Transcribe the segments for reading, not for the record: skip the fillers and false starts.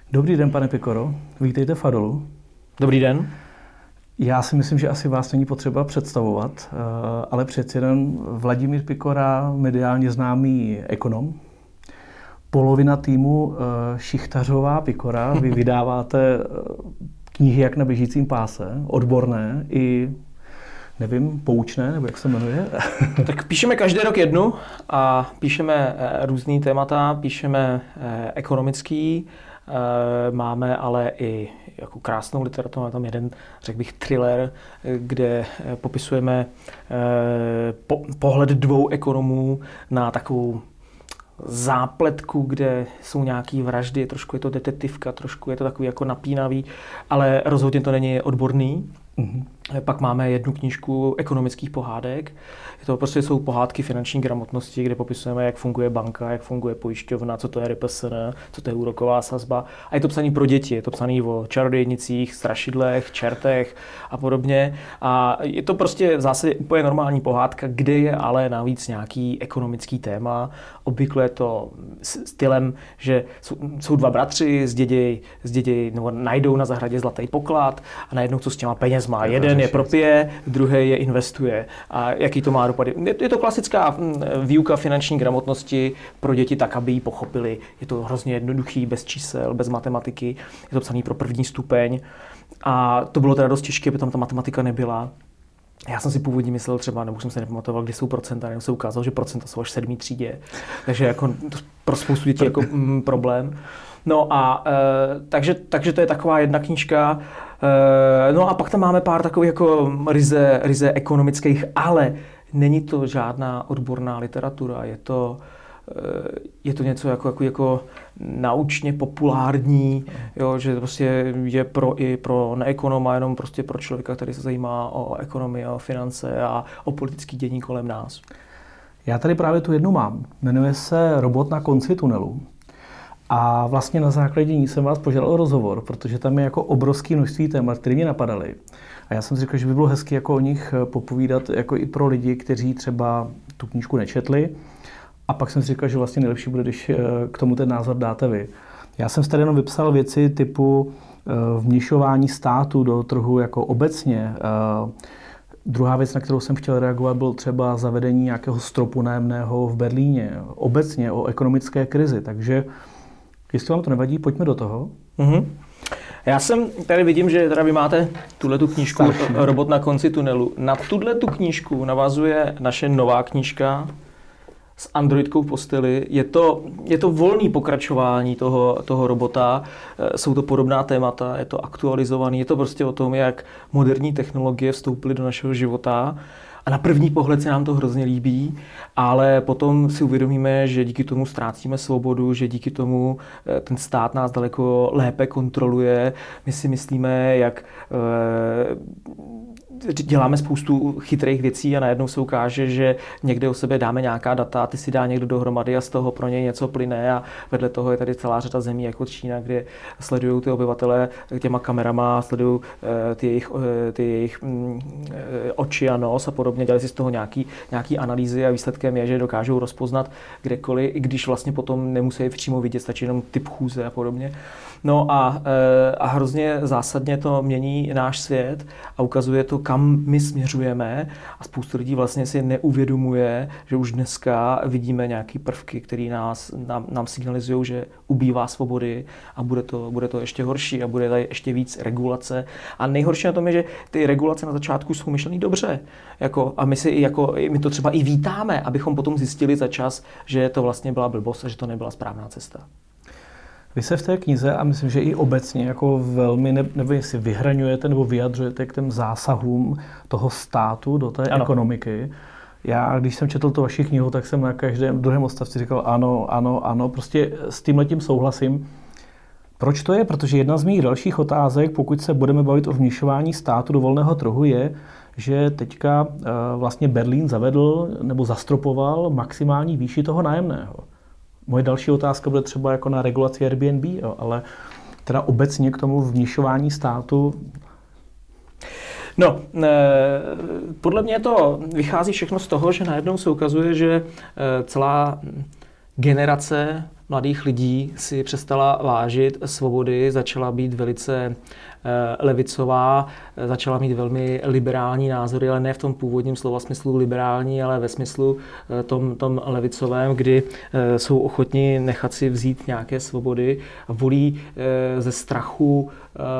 Dobrý den, pane Pikoro. Vítejte v Adolu. Dobrý den. Já si myslím, že asi vás není potřeba představovat, ale přeci jen Vladimír Pikora, mediálně známý ekonom. Polovina týmu Šichtařová Pikora. Vy vydáváte knihy jak na běžícím páse, odborné i, nevím, poučné, nebo jak se jmenuje? Tak píšeme každý rok jednu a píšeme různý témata, píšeme ekonomický, máme ale i jako krásnou literaturu, máme tam jeden, řekl bych, thriller, kde popisujeme pohled dvou ekonomů na takovou zápletku, kde jsou nějaký vraždy, trošku je to detektivka, trošku je to takový jako napínavý, ale rozhodně to není odborný. Mm-hmm. Pak máme jednu knížku ekonomických pohádek. To prostě jsou pohádky finanční gramotnosti, kde popisujeme, jak funguje banka, jak funguje pojišťovna, co to je RPSN, co to je úroková sazba. A je to psaný pro děti, je to psaný o čarodějnicích, strašidlech, čertech a podobně. A je to prostě v zásadě úplně normální pohádka, kde je ale navíc nějaký ekonomický téma. Obvykle je to stylem, že jsou dva bratři, zděděj nebo najdou na zahradě zlatý poklad a najednou co s těma penězma. Jeden je propije, druhý je investuje. A jaký to má dopady? Je to klasická výuka finanční gramotnosti pro děti tak, aby ji pochopili. Je to hrozně jednoduchý, bez čísel, bez matematiky. Je to psaný pro první stupeň. A to bylo teda dost těžké, protože tam ta matematika nebyla. Já jsem si původně myslel třeba, nebo jsem se nepamatoval, kde jsou procenta, nebo se ukázalo, že procenta jsou až v 7. třídě. Takže jako pro spoustu dětí jako problém. No a takže to je taková jedna knížka. No a pak tam máme pár takových jako ryze ekonomických, ale není to žádná odborná literatura. Je to něco jako naučně populární, jo, že prostě je i pro neekonoma, jenom prostě pro člověka, který se zajímá o ekonomii, o finance a o politický dění kolem nás. Já tady právě tu jednu mám. Jmenuje se Robot na konci tunelu. A vlastně na základě ní jsem vás požádal o rozhovor, protože tam je jako obrovské množství témat, které mě napadaly. A já jsem si řekl, že by bylo hezky jako o nich popovídat jako i pro lidi, kteří třeba tu knížku nečetli. A pak jsem si říkal, že vlastně nejlepší bude, když k tomu ten názor dáte vy. Já jsem tady jenom vypsal věci typu vměšování státu do trhu jako obecně. Druhá věc, na kterou jsem chtěl reagovat, byl třeba zavedení nějakého stropu nájemného v Berlíně. Obecně o ekonomické krizi. Takže jestli vám to nevadí, pojďme do toho. Mm-hmm. Já tady vidím, že vy máte tuhletu knížku Robot na konci tunelu. Na tuhletu knížku navazuje naše nová knížka s androidkou v posteli. Je to volný pokračování toho robota. Jsou to podobná témata, je to aktualizovaný. Je to prostě o tom, jak moderní technologie vstoupily do našeho života. A na první pohled se nám to hrozně líbí, ale potom si uvědomíme, že díky tomu ztrácíme svobodu, že díky tomu ten stát nás daleko lépe kontroluje. My si myslíme, jak děláme spoustu chytrých věcí a najednou se ukáže, že někde o sebe dáme nějaká data, ty si dá někdo dohromady a z toho pro něj něco plyne a vedle toho je tady celá řada zemí jako Čína, kde sledují ty obyvatele těma kamerama, sledují ty jejich oči a nos a podobně, dělají si z toho nějaký analýzy a výsledkem je, že dokážou rozpoznat kdekoliv, i když vlastně potom nemusí přímo vidět, stačí jenom typ chůze a podobně. No a hrozně zásadně to mění náš svět a ukazuje to, kam my směřujeme a spoustu lidí vlastně si neuvědomuje, že už dneska vidíme nějaké prvky, které nám signalizují, že ubývá svobody a bude to ještě horší a bude tady ještě víc regulace. A nejhorší na tom je, že ty regulace na začátku jsou myšlený dobře. A my to třeba i vítáme, abychom potom zjistili za čas, že to vlastně byla blbost a že to nebyla správná cesta. Vy se v té knize, a myslím, že i obecně, jako velmi, nebo jestli vyhraňujete nebo vyjadřujete k těm zásahům toho státu do té ekonomiky. Já, když jsem četl tu vaši knihu, tak jsem na každém druhém odstavci říkal ano, prostě s tímhletím souhlasím. Proč to je? Protože jedna z mých dalších otázek, pokud se budeme bavit o vměšování státu do volného trhu, je, že teďka vlastně Berlín zavedl nebo zastropoval maximální výši toho nájemného. Moje další otázka bude třeba jako na regulaci Airbnb, ale teda obecně k tomu vměšování státu. No, podle mě to vychází všechno z toho, že najednou se ukazuje, že celá generace mladých lidí si přestala vážit svobody, začala být velice levicová, začala mít velmi liberální názory, ale ne v tom původním slova smyslu liberální, ale ve smyslu tom levicovém, kdy jsou ochotni nechat si vzít nějaké svobody a volí ze strachu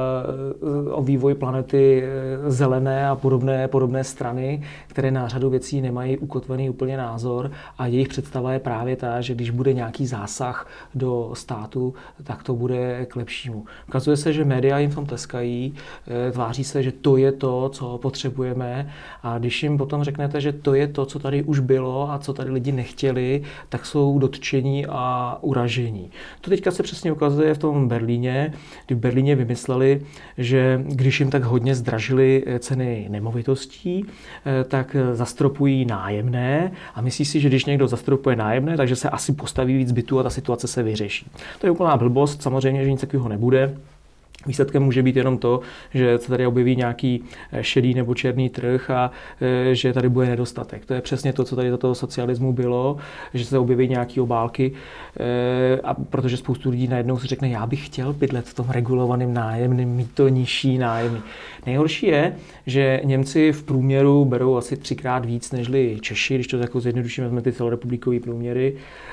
o vývoj planety zelené a podobné strany, které na řadu věcí nemají ukotvený úplně názor a jejich představa je právě ta, že když bude nějaký zásah do státu, tak to bude k lepšímu. Ukazuje se, že média jim v tom tleskají, tváří se, že to je to, co potřebujeme a když jim potom řeknete, že to je to, co tady už bylo a co tady lidi nechtěli, tak jsou dotčení a uražení. To teďka se přesně ukazuje v tom Berlíně, kdy v Berlíně vymysleli, že když jim tak hodně zdražily ceny nemovitostí, tak zastropují nájemné a myslí si, že když někdo zastropuje nájemné, takže se asi postaví víc bytů a ta situace se vyřeší. To je úplná blbost, samozřejmě, že nic takového nebude. Výsledkem může být jenom to, že se tady objeví nějaký šedý nebo černý trh a že tady bude nedostatek. To je přesně to, co tady do toho socialismu bylo, že se objeví nějaké obálky, a protože spoustu lidí najednou si řekne, já bych chtěl bydlet v tom regulovaném nájemném, mít to nižší nájemný. Nejhorší je, že Němci v průměru berou asi 3x víc nežli Češi, když to jako zjednodušíme, vezmeme ty celorepublikové průměry.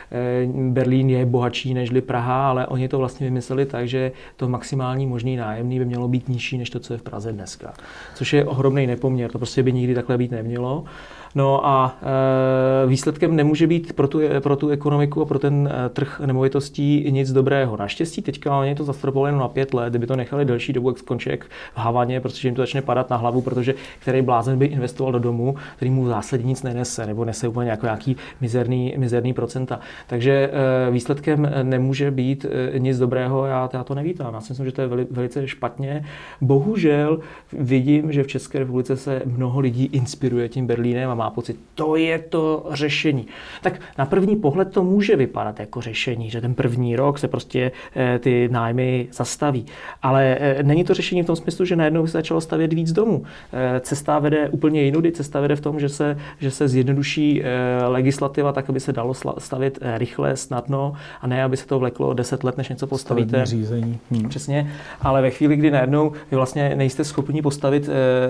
Berlín je bohatší nežli Praha, ale oni to vlastně vymysleli tak, že to maximální možný nájemný by mělo být nižší než to, co je v Praze dneska. Což je ohromný nepoměr, to prostě by nikdy takhle být nemělo. No a výsledkem nemůže být pro tu ekonomiku a pro ten trh nemovitostí nic dobrého. Naštěstí teďka oni to zastropovali jenom na 5 let, kdyby to nechali delší dobu, jak skončí jak v Havaně, protože jim to začne padat na hlavu, protože který blázen by investoval do domu, který mu v zásadě nic nenese, nebo nese úplně nějaký mizerný procenta. Takže výsledkem nemůže být nic dobrého, já to nevítám. Já si myslím, že to je velice špatně. Bohužel vidím, že v České republice se mnoho lidí inspiruje tím Berlínem a má pocit, to je to řešení. Tak na první pohled to může vypadat jako řešení, že ten první rok se prostě ty nájmy zastaví. Ale není to řešení v tom smyslu, že najednou se začalo stavět víc domů. Cesta vede úplně jinudy, cesta vede v tom, že se zjednoduší legislativa tak, aby se dalo stavět rychle, snadno a ne, aby se to vleklo 10 let, než něco postavíte. Řízení. Přesně, ale ve chvíli, kdy najednou vy vlastně nejste schopni postavit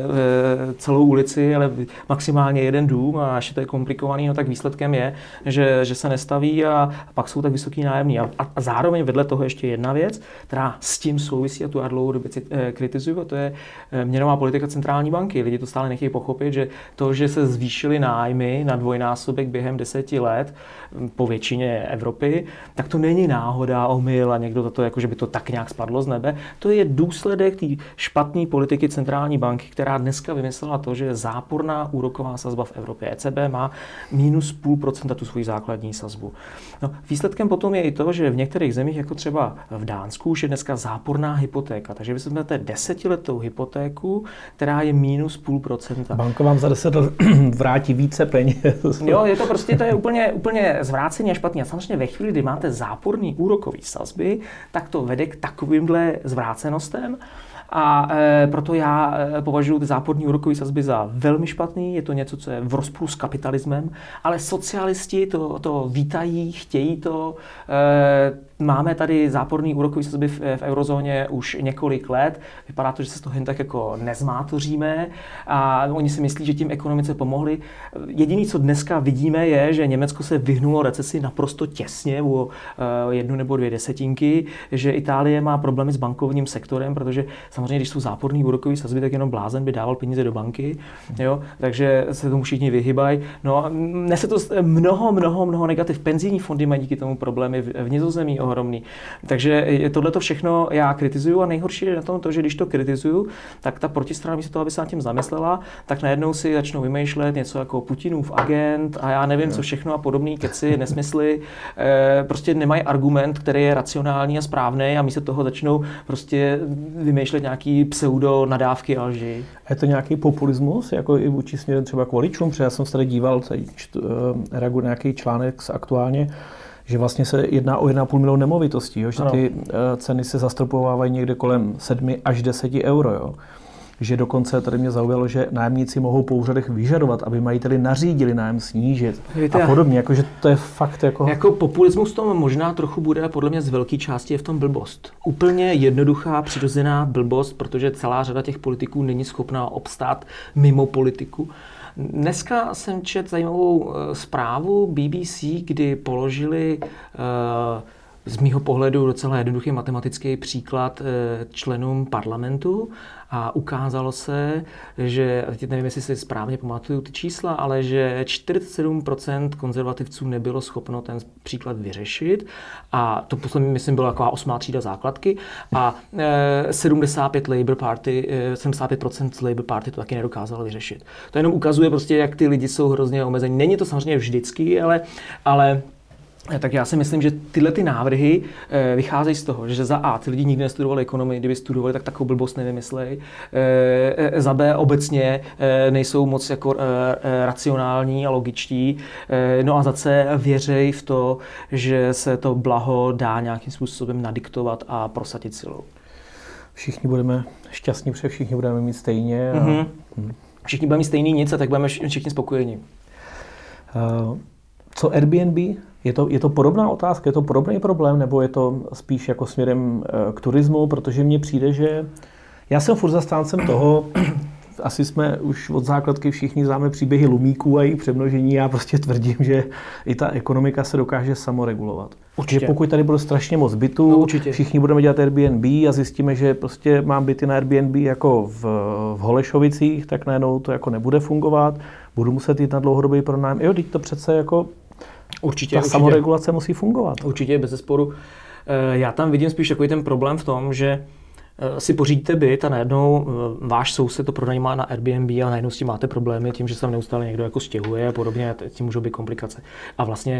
celou ulici, ale maximálně jeden dům a až to je komplikovaný, no tak výsledkem je, že se nestaví a pak jsou tak vysoký nájemní. A zároveň vedle toho ještě jedna věc, která s tím souvisí a tu já dlouhodobě kritizuju, a to je měnová politika centrální banky. Lidi to stále nechtějí pochopit, že to, že se zvýšily nájmy na dvojnásobek během 10 let po většině Evropy, tak to není náhoda, omyl a někdo to jako, že by to tak nějak spadlo z nebe. To je důsledek té špatné politiky centrální banky, která dneska vymyslela to, že je záporná úroková sazba v Evropě. ECB má minus 0,5% tu svoji základní sazbu. No, výsledkem potom je i to, že v některých zemích, jako třeba v Dánsku, už je dneska záporná hypotéka. Takže vy si máte 10letou hypotéku, která je minus 0,5%. Banka vám za 10 let vrátí více peněz. Jo, je to prostě, to je úplně zvráceně špatně. A samozřejmě ve chvíli, kdy máte záporný úrokový sazby, tak to vede k takovýmhle zvrácenostem. A proto já považuji ty záporní úrokové sazby za velmi špatný, je to něco, co je v rozporu s kapitalismem, ale socialisti to vítají, chtějí to. Máme tady záporný úrokový sazby v eurozóně už několik let. Vypadá to, že se z toho jen tak jako nezmátoříme a oni si myslí, že tím ekonomice pomohli. Jediné, co dneska vidíme, je, že Německo se vyhnulo recesi naprosto těsně o 1 nebo 2 desetinky, že Itálie má problémy s bankovním sektorem, protože samozřejmě, když jsou záporný úrokový sazby, tak jenom blázen by dával peníze do banky, jo? Takže se tomu všichni vyhybají. No a nese to mnoho negativ. Penzijní fondy mají díky tomu problémy v Nizozemí ohromný. Takže tohleto všechno já kritizuju a nejhorší je na tom to, že když to kritizuju, tak ta protistrana místo toho, aby se nad tím zamyslela, tak najednou si začnou vymýšlet něco jako Putinův agent a já nevím, co všechno a podobný keci, nesmysly. Prostě nemají argument, který je racionální a správný a místo toho začnou prostě vymýšlet nějaký pseudo nadávky a lži. Je to nějaký populismus, jako i vůči směrem třeba k voličům, protože já jsem se tady díval, reaguji na nějaký článek aktuálně, že vlastně se jedná o 1,5 milionu nemovitostí, jo? Že ty ceny se zastropovávají někde kolem 7 až 10 euro. Jo? že dokonce tady mě zaujalo, že nájemníci mohou po úřadech vyžadovat, aby majiteli nařídili nájem snížit a podobně, jakože to je fakt jako... Jako populismus to možná trochu bude, a podle mě z velké části je v tom blbost. Úplně jednoduchá, přirozená blbost, protože celá řada těch politiků není schopná obstát mimo politiku. Dneska jsem četl zajímavou zprávu BBC, kdy položili z mýho pohledu docela jednoduchý matematický příklad členům parlamentu a ukázalo se, že, teď nevím, jestli si správně pamatuju ty čísla, ale že 47% konzervativců nebylo schopno ten příklad vyřešit a to poslední, myslím, byla taková 8. třída základky a 75% z Labour Party to taky nedokázalo vyřešit. To jenom ukazuje prostě, jak ty lidi jsou hrozně omezení. Není to samozřejmě vždycky, ale tak já si myslím, že tyhle ty návrhy vycházejí z toho, že za A, ty lidi nikdy nestudovali ekonomii, kdyby studovali, tak takovou blbost nevymyslej. Za B, obecně nejsou moc jako racionální a logičtí. No a za C, věřej v to, že se to blaho dá nějakým způsobem nadiktovat a prosadit silou. Všichni budeme šťastní, protože všichni budeme mít stejně. Všichni budeme mít stejný nic a tak budeme všichni spokojení. Co Airbnb? Je to podobná otázka, je to podobný problém, nebo je to spíš jako směrem k turismu, protože mně přijde, že já jsem furt zastáncem toho, asi jsme už od základky všichni známe příběhy lumíků a jejich přemnožení, já prostě tvrdím, že i ta ekonomika se dokáže samoregulovat. Určitě. Že pokud tady bude strašně moc bytů, no, všichni budeme dělat Airbnb a zjistíme, že prostě mám byty na Airbnb jako v Holešovicích, tak najednou to jako nebude fungovat, budu muset jít na dlouhodobý pronájem. Jo, teď to přece jako určitě. Samoregulace musí fungovat. Určitě, bezesporu. Já tam vidím spíš takový ten problém v tom, že si pořídíte byt a najednou váš soused to pronajímá na Airbnb a najednou s tím máte problémy tím, že se tam neustále někdo jako stěhuje a podobně, tím můžou být komplikace. A vlastně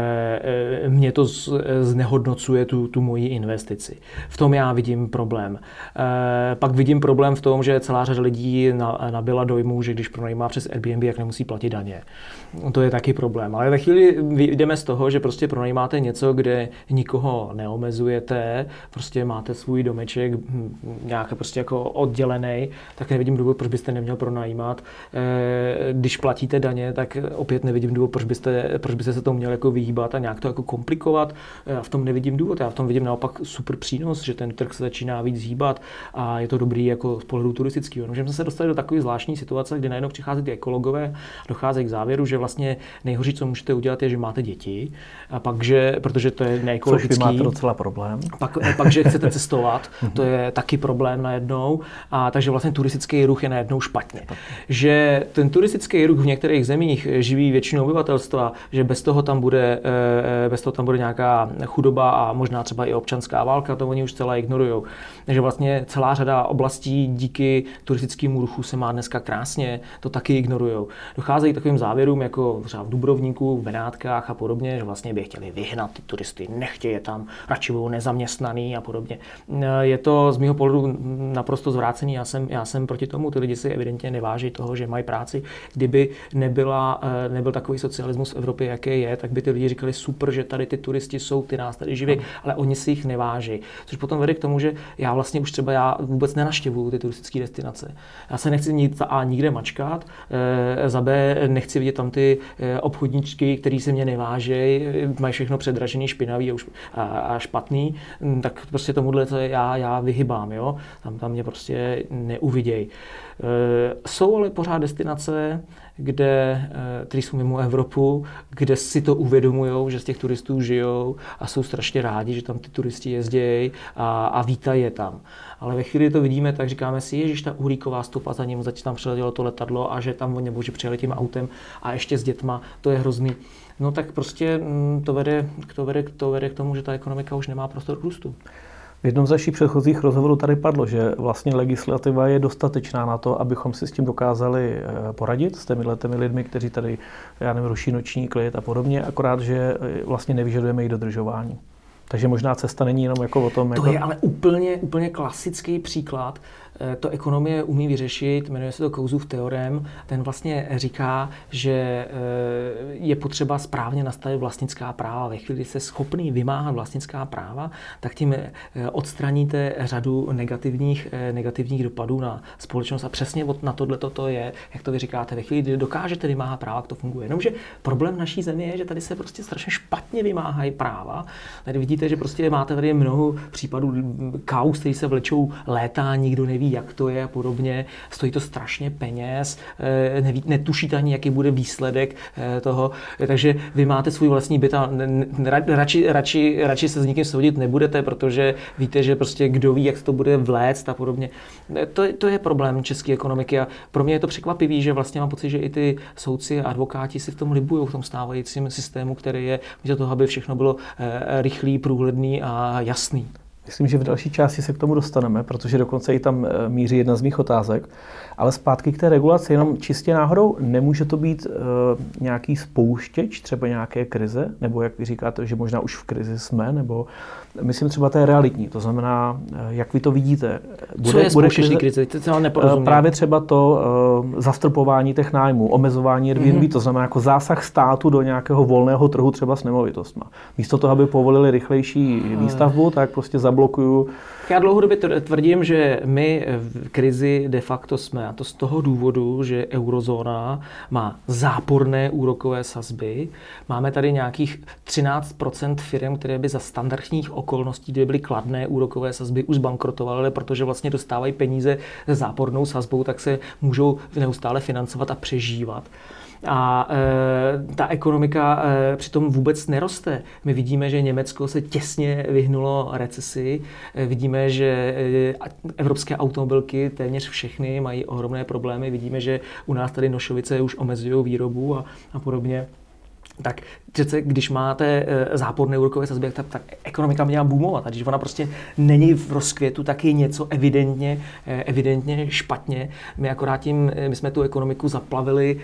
mě to znehodnocuje tu moji investici. V tom já vidím problém. Pak vidím problém v tom, že celá řada lidí nabyla dojmu, že když pronajímá přes Airbnb, jak nemusí platit daně. To je taky problém. Ale ve chvíli jdeme z toho, že prostě pronajímáte něco, kde nikoho neomezujete, prostě máte svůj domeček, nějak prostě jako oddělený, tak nevidím důvod, proč byste neměl pronajímat. Když platíte daně, tak opět nevidím důvod, proč byste se tomu měl jako vyhýbat a nějak to jako komplikovat. Já v tom nevidím důvod, já v tom vidím naopak super přínos, že ten trh se začíná víc hýbat a je to dobrý jako z pohledu turistického. Můžeme se dostat do takové zvláštní situace, kdy najednou přichází ty ekologové, docházejí k závěru, že vlastně nejhorší, co můžete udělat, je, že máte děti, a pak, že, protože to je neekologický. Což vy máte docela problém. Pak, že chcete cestovat, to je taky problém najednou, a takže vlastně turistický ruch je najednou špatně. Že ten turistický ruch v některých zemích živí většinu obyvatelstva, že bez toho tam bude nějaká chudoba a možná třeba i občanská válka, to oni už celé ignorujou. Takže vlastně celá řada oblastí díky turistickému ruchu se má dneska krásně, to taky ignorujou. Docházejí takovým závěrům, jako třeba v Dubrovníku, v Benátkách a podobně, že vlastně by chtěli vyhnat ty turisty, nechtějí je tam, radši budou nezaměstnaný a podobně. Je to z mého pohledu naprosto zvrácený, já jsem proti tomu, ty lidi si evidentně neváží toho, že mají práci. Kdyby nebyl takový socialismus v Evropě, jaký je, tak by ty lidi říkali super, že tady ty turisti jsou, ty nás tady živí, ale oni si jich neváží. Což potom vede k tomu, že já vlastně už třeba vůbec nenavštěvuju ty turistické destinace. Já se nechci nikde mačkat, za B nechci vidět tam ty obchodníčky, který se mě nevážejí, mají všechno předražený, špinavý a špatný, tak prostě tomuhle já vyhybám, jo? Tam mě prostě neuviděj. Jsou ale pořád destinace, které jsou mimo Evropu, kde si to uvědomujou, že z těch turistů žijou a jsou strašně rádi, že tam ty turisti jezdí a vítají je tam. Ale ve chvíli to vidíme, tak říkáme si, ježiš, ta uhlíková stopa za ním, tam přiletělo to letadlo a že tam nebo že přijeli tím autem a ještě s dětma, to je hrozný. No tak prostě to vede k tomu, že ta ekonomika už nemá prostor k růstu. V jednom z našich předchozích rozhovorů tady padlo, že vlastně legislativa je dostatečná na to, abychom si s tím dokázali poradit s těmi lidmi, kteří tady, ruší noční klid a podobně, akorát, že vlastně nevyžadujeme její dodržování. Takže možná cesta není jenom jako o tom... To je ale úplně klasický příklad to ekonomie umí vyřešit, jmenuje se to Cousův teorem. Ten vlastně říká, že je potřeba správně nastavit vlastnická práva. Ve chvíli, kdy jste schopný vymáhat vlastnická práva, tak tím odstraníte řadu negativních dopadů na společnost. A přesně na tohle to je, jak to vy říkáte, ve chvíli, kdy dokážete vymáhat práva, to funguje. Jenomže problém naší země je, že tady se prostě strašně špatně vymáhají práva. Tady vidíte, že prostě máte tady mnoho případů kauz, který se vlečou léta, nikdo neví, jak to je a podobně. Stojí to strašně peněz, netušíte ani, jaký bude výsledek toho. Takže vy máte svůj vlastní byt a radši se s nikým soudit nebudete, protože víte, že prostě kdo ví, jak to bude vléct a podobně. To je problém české ekonomiky a pro mě je to překvapivý, že vlastně mám pocit, že i ty soudci a advokáti si v tom libují, v tom stávajícím systému, který je místo toho, aby všechno bylo rychlý, průhledný a jasný. Myslím, že v další části se k tomu dostaneme, protože dokonce i tam míří jedna z mých otázek. Ale zpátky k té regulaci, jenom čistě náhodou, nemůže to být nějaký spouštěč, třeba nějaké krize, nebo jak vy říkáte, že možná už v krizi jsme, nebo myslím třeba té realitní, to znamená, jak vy to vidíte. Co je spouštěč krize? Právě třeba to zastropování těch nájmů, omezování Airbnb, to znamená jako zásah státu do nějakého volného trhu třeba s nemovitostma. Místo toho, aby povolili rychlejší výstavbu, tak prostě zablokuju. Já dlouhodobě tvrdím, že my v krizi de facto jsme, a to z toho důvodu, že eurozóna má záporné úrokové sazby. Máme tady nějakých 13% firm, které by za standardních okolností, kdyby byly kladné úrokové sazby, už zbankrotovaly, protože vlastně dostávají peníze se zápornou sazbou, tak se můžou neustále financovat a přežívat. A ta ekonomika přitom vůbec neroste. My vidíme, že Německo se těsně vyhnulo recesi. Vidíme, že evropské automobilky téměř všechny mají ohromné problémy. Vidíme, že u nás tady Nošovice už omezují výrobu a podobně. Tak přece, když máte záporné úrokové sazby, tak ekonomika měla boomovat. A když ona prostě není v rozkvětu, tak je něco evidentně špatně. My jsme tu ekonomiku zaplavili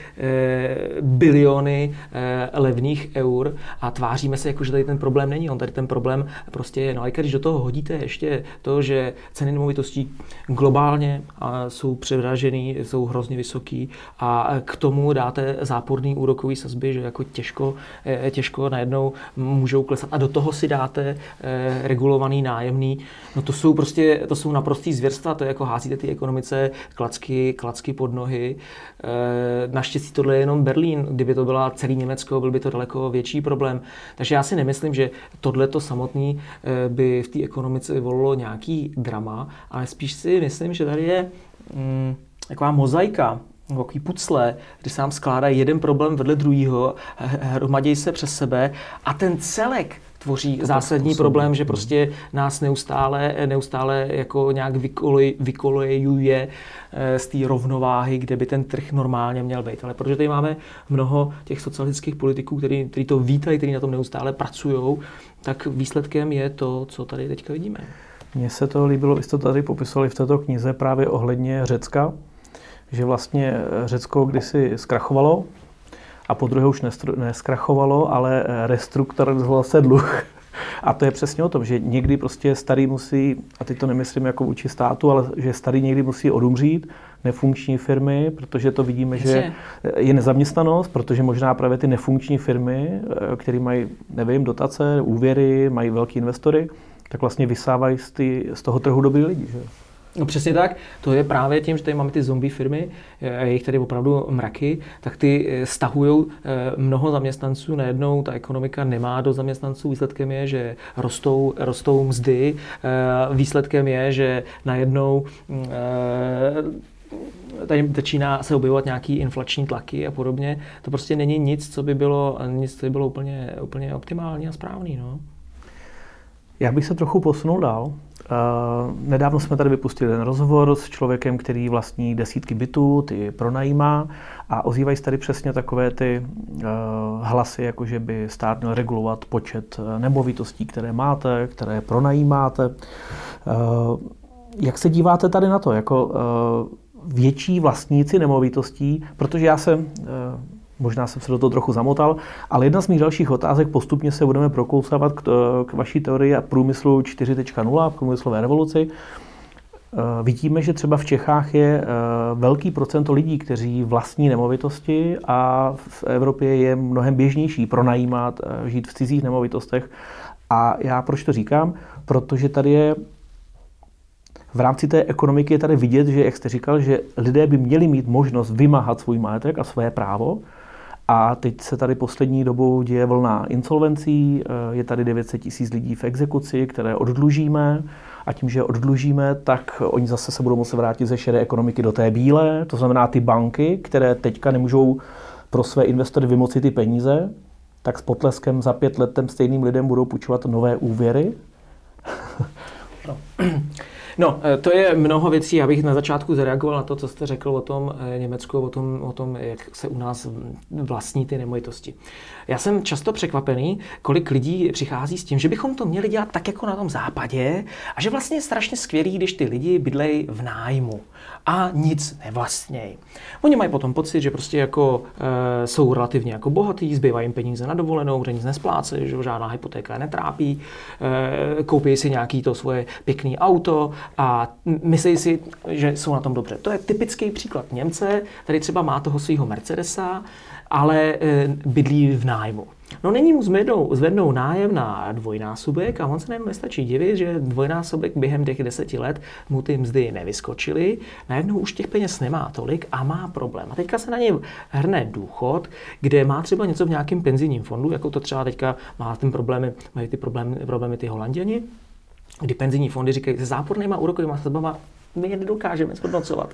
biliony levných eur a tváříme se, jako že tady ten problém není. On tady ten problém prostě je. No a když do toho hodíte ještě to, že ceny nemovitostí globálně jsou předražený, jsou hrozně vysoký a k tomu dáte záporný úrokový sazby, že jako těžko najednou můžou klesat a do toho si dáte regulovaný nájemný. No to jsou naprostý zvěrstva, to je jako házíte ty ekonomice klacky pod nohy. Naštěstí tohle je jenom Berlín, kdyby to byla celý Německo, byl by to daleko větší problém. Takže já si nemyslím, že tohleto samotný by v té ekonomice vyvolalo nějaký drama, ale spíš si myslím, že tady je taková mozaika, takový pucle, kdy se nám skládají jeden problém vedle druhého, hromadějí se přes sebe a ten celek tvoří zásadní problém, že prostě nás neustále jako nějak vykolejuje z té rovnováhy, kde by ten trh normálně měl být. Ale protože tady máme mnoho těch socialistických politiků, kteří to vítají, kteří na tom neustále pracují, tak výsledkem je to, co tady teďka vidíme. Mně se to líbilo, vy jste to tady popisovali v této knize právě ohledně Řecka, že vlastně Řecko kdysi zkrachovalo a po druhé už neskrachovalo, ale restrukturalizoval se dluh. A to je přesně o tom, že někdy prostě starý musí, a teď to nemyslím jako vůči státu, ale že starý někdy musí odumřít, nefunkční firmy, protože to vidíme, že je nezaměstnanost, protože možná právě ty nefunkční firmy, které mají, nevím, dotace, úvěry, mají velký investory, tak vlastně vysávají z toho trhu dobrý lidi, že? No přesně tak, to je právě tím, že tady máme ty zombie firmy, je jich tady opravdu mraky, tak ty stahujou mnoho zaměstnanců, najednou ta ekonomika nemá do zaměstnanců, výsledkem je, že rostou mzdy, výsledkem je, že najednou tady začíná se objevovat nějaký inflační tlaky a podobně. To prostě není nic, co by bylo úplně optimální a správný. No. Já bych se trochu posunul dál. Nedávno jsme tady vypustili ten rozhovor s člověkem, který vlastní desítky bytů, ty pronajímá a ozývají se tady přesně takové ty hlasy, jako že by stát měl regulovat počet nemovitostí, které máte, které pronajímáte. Jak se díváte tady na to? Jako větší vlastníci nemovitostí, protože já jsem... Možná jsem se do toho trochu zamotal, ale jedna z mých dalších otázek, postupně se budeme prokousávat k vaší teorii průmyslu 4.0, průmyslové revoluci. Vidíme, že třeba v Čechách je velký procento lidí, kteří vlastní nemovitosti a v Evropě je mnohem běžnější pronajímat, žít v cizích nemovitostech. A já proč to říkám? Protože tady je v rámci té ekonomiky je tady vidět, že, jak jste říkal, že lidé by měli mít možnost vymáhat svůj majetek a své právo. A teď se tady poslední dobou děje vlna insolvencí, je tady 900 000 lidí v exekuci, které oddlužíme. A tím, že oddlužíme, tak oni zase se budou muset vrátit ze šedé ekonomiky do té bílé. To znamená ty banky, které teďka nemůžou pro své investory vymoci ty peníze, tak s potleskem za 5 let těm stejným lidem budou půjčovat nové úvěry. No, to je mnoho věcí. Já bych na začátku zareagoval na to, co jste řekl o tom Německu, o tom, jak se u nás vlastní ty nemovitosti. Já jsem často překvapený, kolik lidí přichází s tím, že bychom to měli dělat tak jako na tom západě a že vlastně je strašně skvělý, když ty lidi bydlejí v nájmu a nic nevlastnějí. Oni mají potom pocit, že prostě jako jsou relativně jako bohatý, zbývají jim peníze na dovolenou, že nic nesplácejí, že žádná hypotéka je netrápí, koupí si nějaký to svoje pěkné auto a myslí si, že jsou na tom dobře. To je typický příklad Němce, tady třeba má toho svého Mercedesa, ale bydlí v nájmu. No není mu zvednou nájem na dvojnásobek a on se najednou nestačí divit, že dvojnásobek během těch 10 let mu ty mzdy nevyskočily, najednou už těch peněz nemá tolik a má problém. A teďka se na něj hrne důchod, kde má třeba něco v nějakém penzijním fondu, jako to třeba teďka mají ty problémy ty Holanděni, kdy penzijní fondy říkají, se zápornýma úrokovýma sazbama my je nedokážeme zhodnocovat.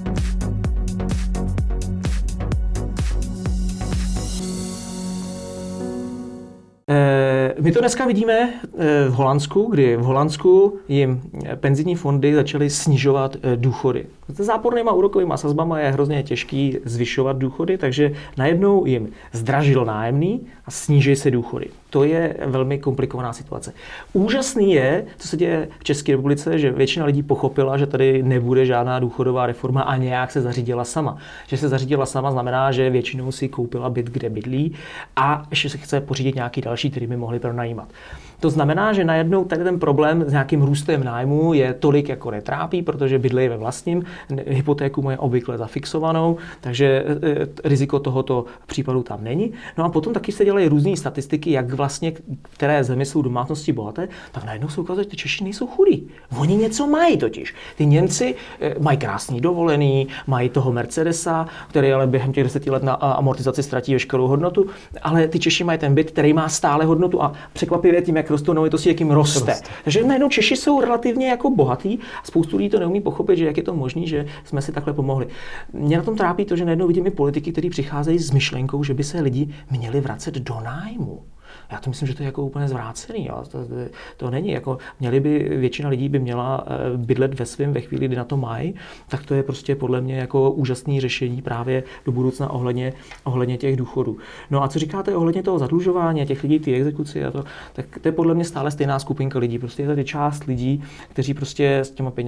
My to dneska vidíme v Holandsku, kdy v Holandsku jim penzijní fondy začaly snižovat důchody. Se zápornýma úrokovýma sazbama je hrozně těžký zvyšovat důchody, takže najednou jim zdražilo nájemný a sníží se důchody. To je velmi komplikovaná situace. Úžasný je, co se děje v České republice, že většina lidí pochopila, že tady nebude žádná důchodová reforma a nějak se zařídila sama. Že se zařídila sama znamená, že většinou si koupila byt, kde bydlí a ještě se chce pořídit nějaký další, který by mohli pronajímat. To znamená, že najednou tady ten problém s nějakým růstem nájmu je tolik jako netrápí, protože bydlejí ve vlastním, hypotéku mají obvykle zafixovanou, takže riziko tohoto případu tam není. No a potom taky se dělají různé statistiky, jak vlastně, které zemi jsou domácnosti bohaté, tak najednou se ukazuje, že ty Češi nejsou chudí. Oni něco mají totiž. Ty Němci mají krásný dovolený, mají toho Mercedesa, který ale během těch 10 let na amortizaci ztratí veškerou hodnotu, ale ty Češi mají ten byt, který má stále hodnotu a překvapivě tím, jak rostou nemovitosti, jak jim roste. Takže najednou Češi jsou relativně jako bohatí a spoustu lidí to neumí pochopit, že jak je to možné, že jsme si takhle pomohli. Mě na tom trápí to, že najednou vidím i politiky, kteří přicházejí s myšlenkou, že by se lidi měli vracet do nájmu. Já to myslím, že to je jako úplně zvrácený. Jo. To není. Jako, většina lidí by měla bydlet ve svém ve chvíli, kdy na to mají, tak to je prostě podle mě jako úžasné řešení právě do budoucna ohledně těch důchodů. No a co říkáte ohledně toho zadlužování, těch lidí, ty exekuci a to, tak to je podle mě stále stejná skupinka lidí. Prostě je tady část lidí, kteří prostě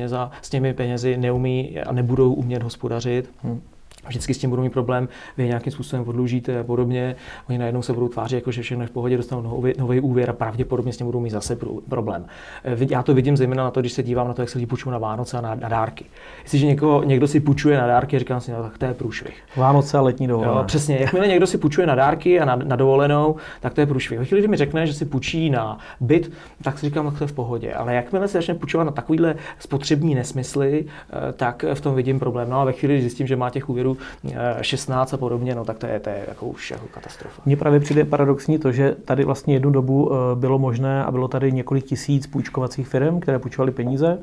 s těmi penězi neumí a nebudou umět hospodařit. Vždycky s tím budou mít problém, vy nějakým způsobem odlužíte a podobně. Oni najednou se budou tvářit, jako že všechno je v pohodě, dostanou nový úvěr a pravděpodobně s tím budou mít zase problém. Já to vidím zejména na to, když se dívám na to, jak se lidi půjčují na Vánoce a na dárky. Jestliže někdo si půjčuje na dárky, říkám si, no, tak to je průšvih. Vánoce a letní dovolené. Přesně, jakmile někdo si půjčuje na dárky a na dovolenou, tak to je průšvih. Ve chvíli, kdy mi řekne, že si půjčí na byt, tak si říkám, tak to je v pohodě. Ale jakmile se začne půjčovat na takovýhle spotřební nesmysly, tak v tom vidím problém. No a ve chvíli, kdy zjistím, že má těch úvěrů 16 a podobně, no tak to je jako už jako katastrofa. Mně právě přijde paradoxní to, že tady vlastně jednu dobu bylo možné a bylo tady několik tisíc půjčkovacích firm, které půjčovaly peníze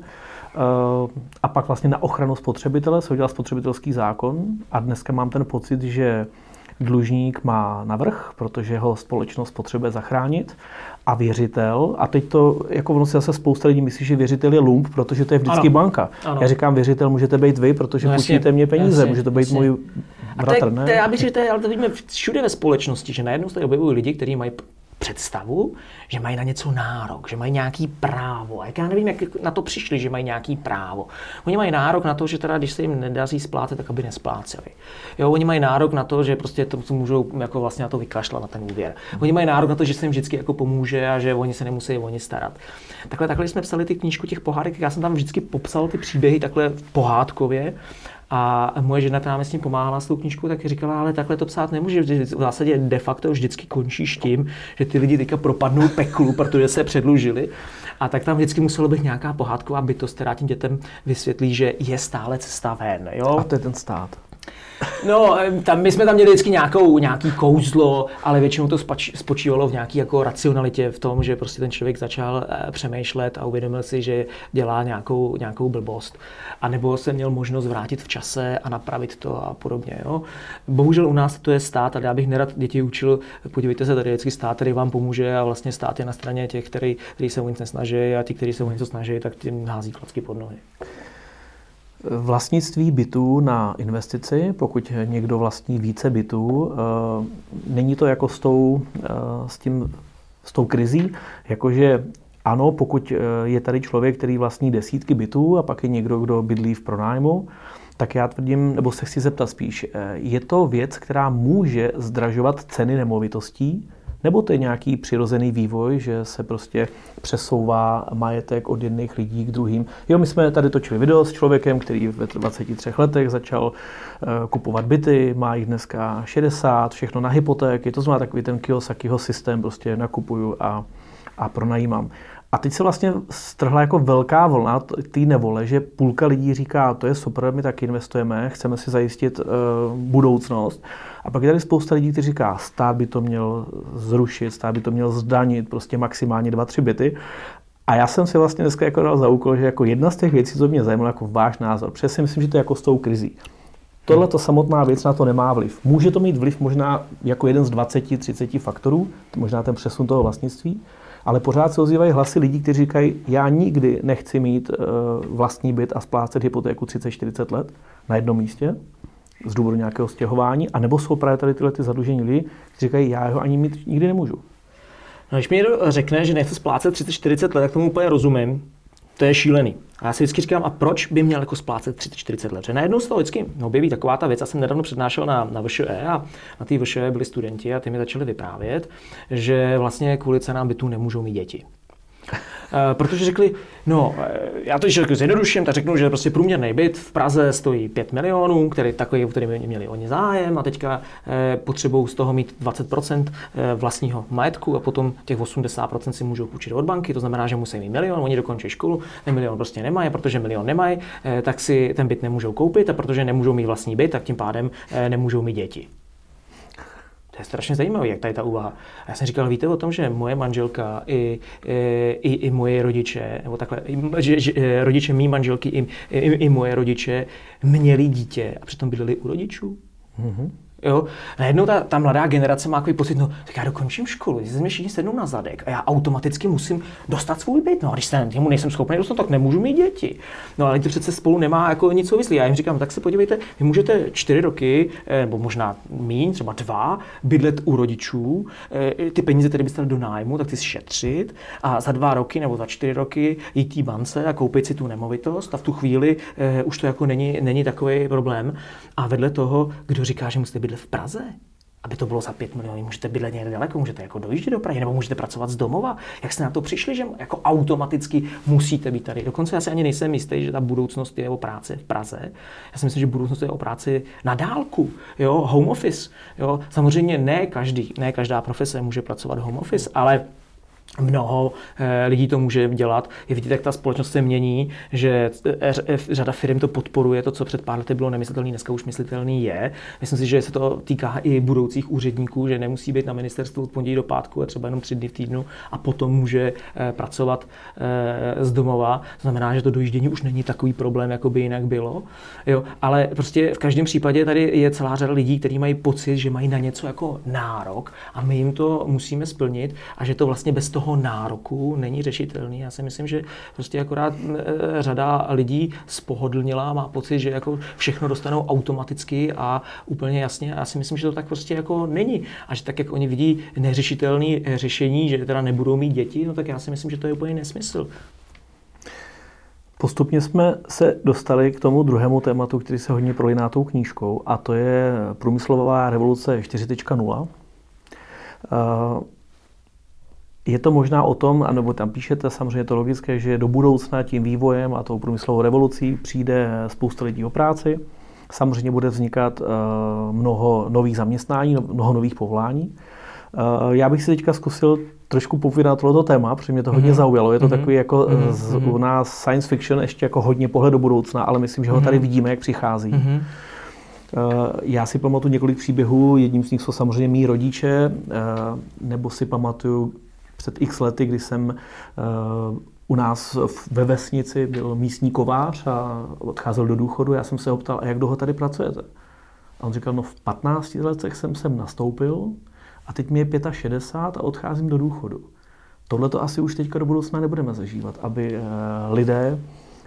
a pak vlastně na ochranu spotřebitele se udělal spotřebitelský zákon a dneska mám ten pocit, že dlužník má navrch, protože ho společnost potřebuje zachránit a věřitel, a teď to, jako ono si zase spousta lidí myslí, že věřitel je lump, protože to je vždycky banka. Ano. Já říkám, věřitel můžete být vy, protože půjčíte mě peníze, může to být můj bratr, ne? Já bych řekl, ale to vidíme všude ve společnosti, že najednou se objevují lidi, kteří mají představu, že mají na něco nárok, že mají nějaký právo. A jak já nevím, jak na to přišli, že mají nějaký právo. Oni mají nárok na to, že teda, když se jim nedaří splácet, tak aby nespláceli. Jo, oni mají nárok na to, že prostě to můžou jako vlastně na to vykašlat, na ten úvěr. Oni mají nárok na to, že se jim vždycky jako pomůže a že oni se nemusí o ně starat. Takhle jsme psali ty knížku těch pohádek, já jsem tam vždycky popsal ty příběhy takhle pohádkově. A moje žena, která mi s tím pomáhala s tou knížkou, tak říkala, ale takhle to psát nemůže. V zásadě de facto vždycky končíš tím, že ty lidi teďka propadnou peklu, protože se předlužili. A tak tam vždycky muselo být nějaká pohádková bytost, která tím dětem vysvětlí, že je stále cesta ven. Jo? A to je ten stát. No, my jsme tam měli vždycky nějaký kouzlo, ale většinou to spočívalo v nějaký jako racionalitě, v tom, že prostě ten člověk začal přemýšlet a uvědomil si, že dělá nějakou blbost. A nebo se měl možnost vrátit v čase a napravit to a podobně. Jo? Bohužel u nás to je stát, ale já bych nerad děti učil, podívejte se, tady je vždycky stát, který vám pomůže a vlastně stát je na straně těch, kteří se o nic nesnaží a ti, kteří se o něco snaží, tak tím hází klacky pod nohy. Vlastnictví bytů na investici, pokud někdo vlastní více bytů, není to jako s tou krizí, jakože ano, pokud je tady člověk, který vlastní desítky bytů a pak je někdo, kdo bydlí v pronájmu, tak já tvrdím, nebo se chci zeptat spíš, je to věc, která může zdražovat ceny nemovitostí, nebo to je nějaký přirozený vývoj, že se prostě přesouvá majetek od jedných lidí k druhým. Jo, my jsme tady točili video s člověkem, který ve 23 letech začal kupovat byty, má jich dneska 60, všechno na hypotéky, to znamená takový ten Kiyosakiho systém, prostě nakupuju a pronajímám. A teď se vlastně strhla jako velká vlna té nevole, že půlka lidí říká, to je super, my taky investujeme, chceme si zajistit budoucnost. A pak je tady spousta lidí, kteří říká, stát by to měl zrušit, stát by to měl zdanit, prostě maximálně 2-3 byty. A já jsem si vlastně dneska jako dal za úkol, že jako jedna z těch věcí, co mě zajímalo, jako váš názor, protože si myslím, že to je jako s tou krizí. Tohle to samotná věc na to nemá vliv. Může to mít vliv možná jako jeden z 20-30 faktorů, možná ten přesun toho vlastnictví, ale pořád se ozývají hlasy lidí, kteří říkají, já nikdy nechci mít vlastní byt a splácet hypotéku 30-40 let na jednom místě z důvodu nějakého stěhování, anebo jsou právě tady tyhle zadlužení lidi, kteří říkají, já ho ani mít nikdy nemůžu. No, když mi někdo řekne, že nechce splácet 30-40 let, tak tomu úplně rozumím. To je šílený. A já si vždycky říkám, a proč by měl jako splácet 30-40 let? Že najednou se to vždycky objeví taková ta věc. Já jsem nedávno přednášel na VŠE a na té VŠE byli studenti a ty mi začali vyprávět, že vlastně kvůli cenám bytů nemůžou mít děti. Protože řekli, no, já to když zjednoduším, tak řeknu, že prostě průměrný byt v Praze stojí 5 milionů, který měli oni zájem a teďka potřebují z toho mít 20% vlastního majetku a potom těch 80% si můžou půjčit od banky, to znamená, že musí mít milion, oni dokončí školu, ten milion prostě nemají, protože milion nemají, tak si ten byt nemůžou koupit a protože nemůžou mít vlastní byt, tak tím pádem nemůžou mít děti. To je strašně zajímavé, jak tady ta úvaha. A já jsem říkal, víte o tom, že moje manželka i moje rodiče, nebo takhle, že rodiče mý manželky i moje rodiče měli dítě a přitom bydleli u rodičů? Mm-hmm. Jo? Najednou ta mladá generace má takový pocit, no tak já dokončím školu, když se mě všichni sednou na zadek a já automaticky musím dostat svůj byt. No a když se mu nejsem schopný dostat, tak nemůžu mít děti. No ale to přece spolu nemá jako nic souvislý. Já jim říkám, tak se podívejte, vy můžete 4 roky, nebo možná míň, třeba 2, bydlet u rodičů, ty peníze, které byste dali do nájmu, tak ty si šetřit a za 2 roky nebo za 4 roky jít té bance a koupit si tu nemovitost a v tu chvíli už to jako není takový problém. A vedle toho, kdo říká, že musíte bydlet v Praze, aby to bylo za 5 milionů, můžete bydlet někde daleko, můžete jako dojíždět do Prahy, nebo můžete pracovat z domova. Jak jste na to přišli, že jako automaticky musíte být tady? Dokonce já si ani nejsem jistý, že ta budoucnost je o práci v Praze. Já si myslím, že budoucnost je o práci na dálku, jo, home office. Jo. Samozřejmě ne každá profese může pracovat home office, ale mnoho lidí to může dělat. Je vidět, jak ta společnost se mění, že řada firm to podporuje, to, co před pár lety bylo nemyslitelné, dneska už myslitelný je. Myslím si, že se to týká i budoucích úředníků, že nemusí být na ministerstvu od pondělí do pátku, a třeba jenom 3 dny v týdnu a potom může pracovat z domova. To znamená, že to dojíždění už není takový problém, jako by jinak bylo. Jo, ale prostě v každém případě tady je celá řada lidí, kteří mají pocit, že mají na něco jako nárok a my jim to musíme splnit a že to vlastně bez toho nároku není řešitelný. Já si myslím, že prostě akorát řada lidí spohodlnila, má pocit, že jako všechno dostanou automaticky a úplně jasně. Já si myslím, že to tak prostě jako není. A že tak, jak oni vidí neřešitelné řešení, že teda nebudou mít děti, no tak já si myslím, že to je úplně nesmysl. Postupně jsme se dostali k tomu druhému tématu, který se hodně prolíná tou knížkou, a to je průmyslová revoluce 4.0. Je to možná o tom, anebo tam píšete, samozřejmě to logické, že do budoucna tím vývojem a tou průmyslovou revolucí přijde spousta lidí o práci. Samozřejmě bude vznikat mnoho nových zaměstnání, mnoho nových povolání. Já bych si teďka zkusil trošku povídat tohleto téma, protože mě to hodně zaujalo. Je to takový jako u nás science fiction, ještě jako hodně pohled do budoucna, ale myslím, že ho tady vidíme, jak přichází. Já si pamatuju několik příběhů, jedním z nich jsou samozřejmě mý rodiče, nebo si pamatuju před x lety, kdy jsem u nás ve vesnici byl místní kovář a odcházel do důchodu. Já jsem se ho ptal, a jak dlouho tady pracujete? A on říkal, no v 15 letech jsem sem nastoupil a teď mi je 65 a odcházím do důchodu. Tohle to asi už teďka do budoucna nebudeme zažívat, aby lidé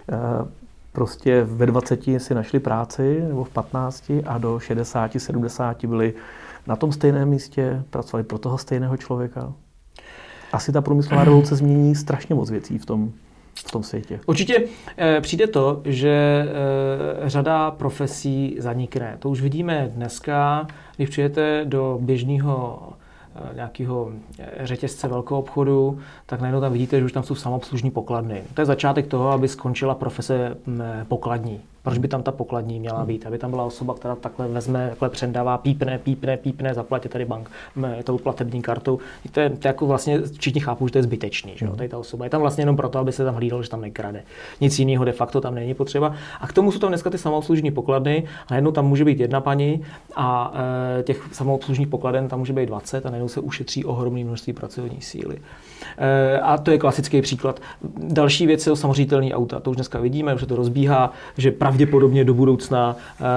prostě ve 20 si našli práci, nebo v 15 a do 60, 70 byli na tom stejném místě, pracovali pro toho stejného člověka. Asi ta průmyslová revoluce změní strašně moc věcí v tom světě. Určitě přijde to, že řada profesí zanikne. To už vidíme dneska, když přijete do běžného nějakého řetězce velkého obchodu, tak najednou tam vidíte, že už tam jsou samoobslužní pokladny. To je začátek toho, aby skončila profese pokladní. Proč by tam ta pokladní měla být? Aby tam byla osoba, která takhle vezme, takhle přendává, pípne, zaplatí tady bank tou platební kartou. To je jako vlastně všichni chápou, že to je zbytečný. Že? Tady ta osoba je tam vlastně jenom proto, aby se tam hlídalo, že tam nekrade. Nic jiného de facto tam není potřeba. A k tomu jsou tam dneska ty samoobslužní pokladny a najednou tam může být jedna paní a těch samoobslužních pokladen tam může být 20 a najednou se ušetří ohromné množství pracovní síly. A to je klasický příklad. Další věc jsou samoředitelné auta. To už dneska vidíme, už se to rozbíhá, že pravděpodobně do budoucna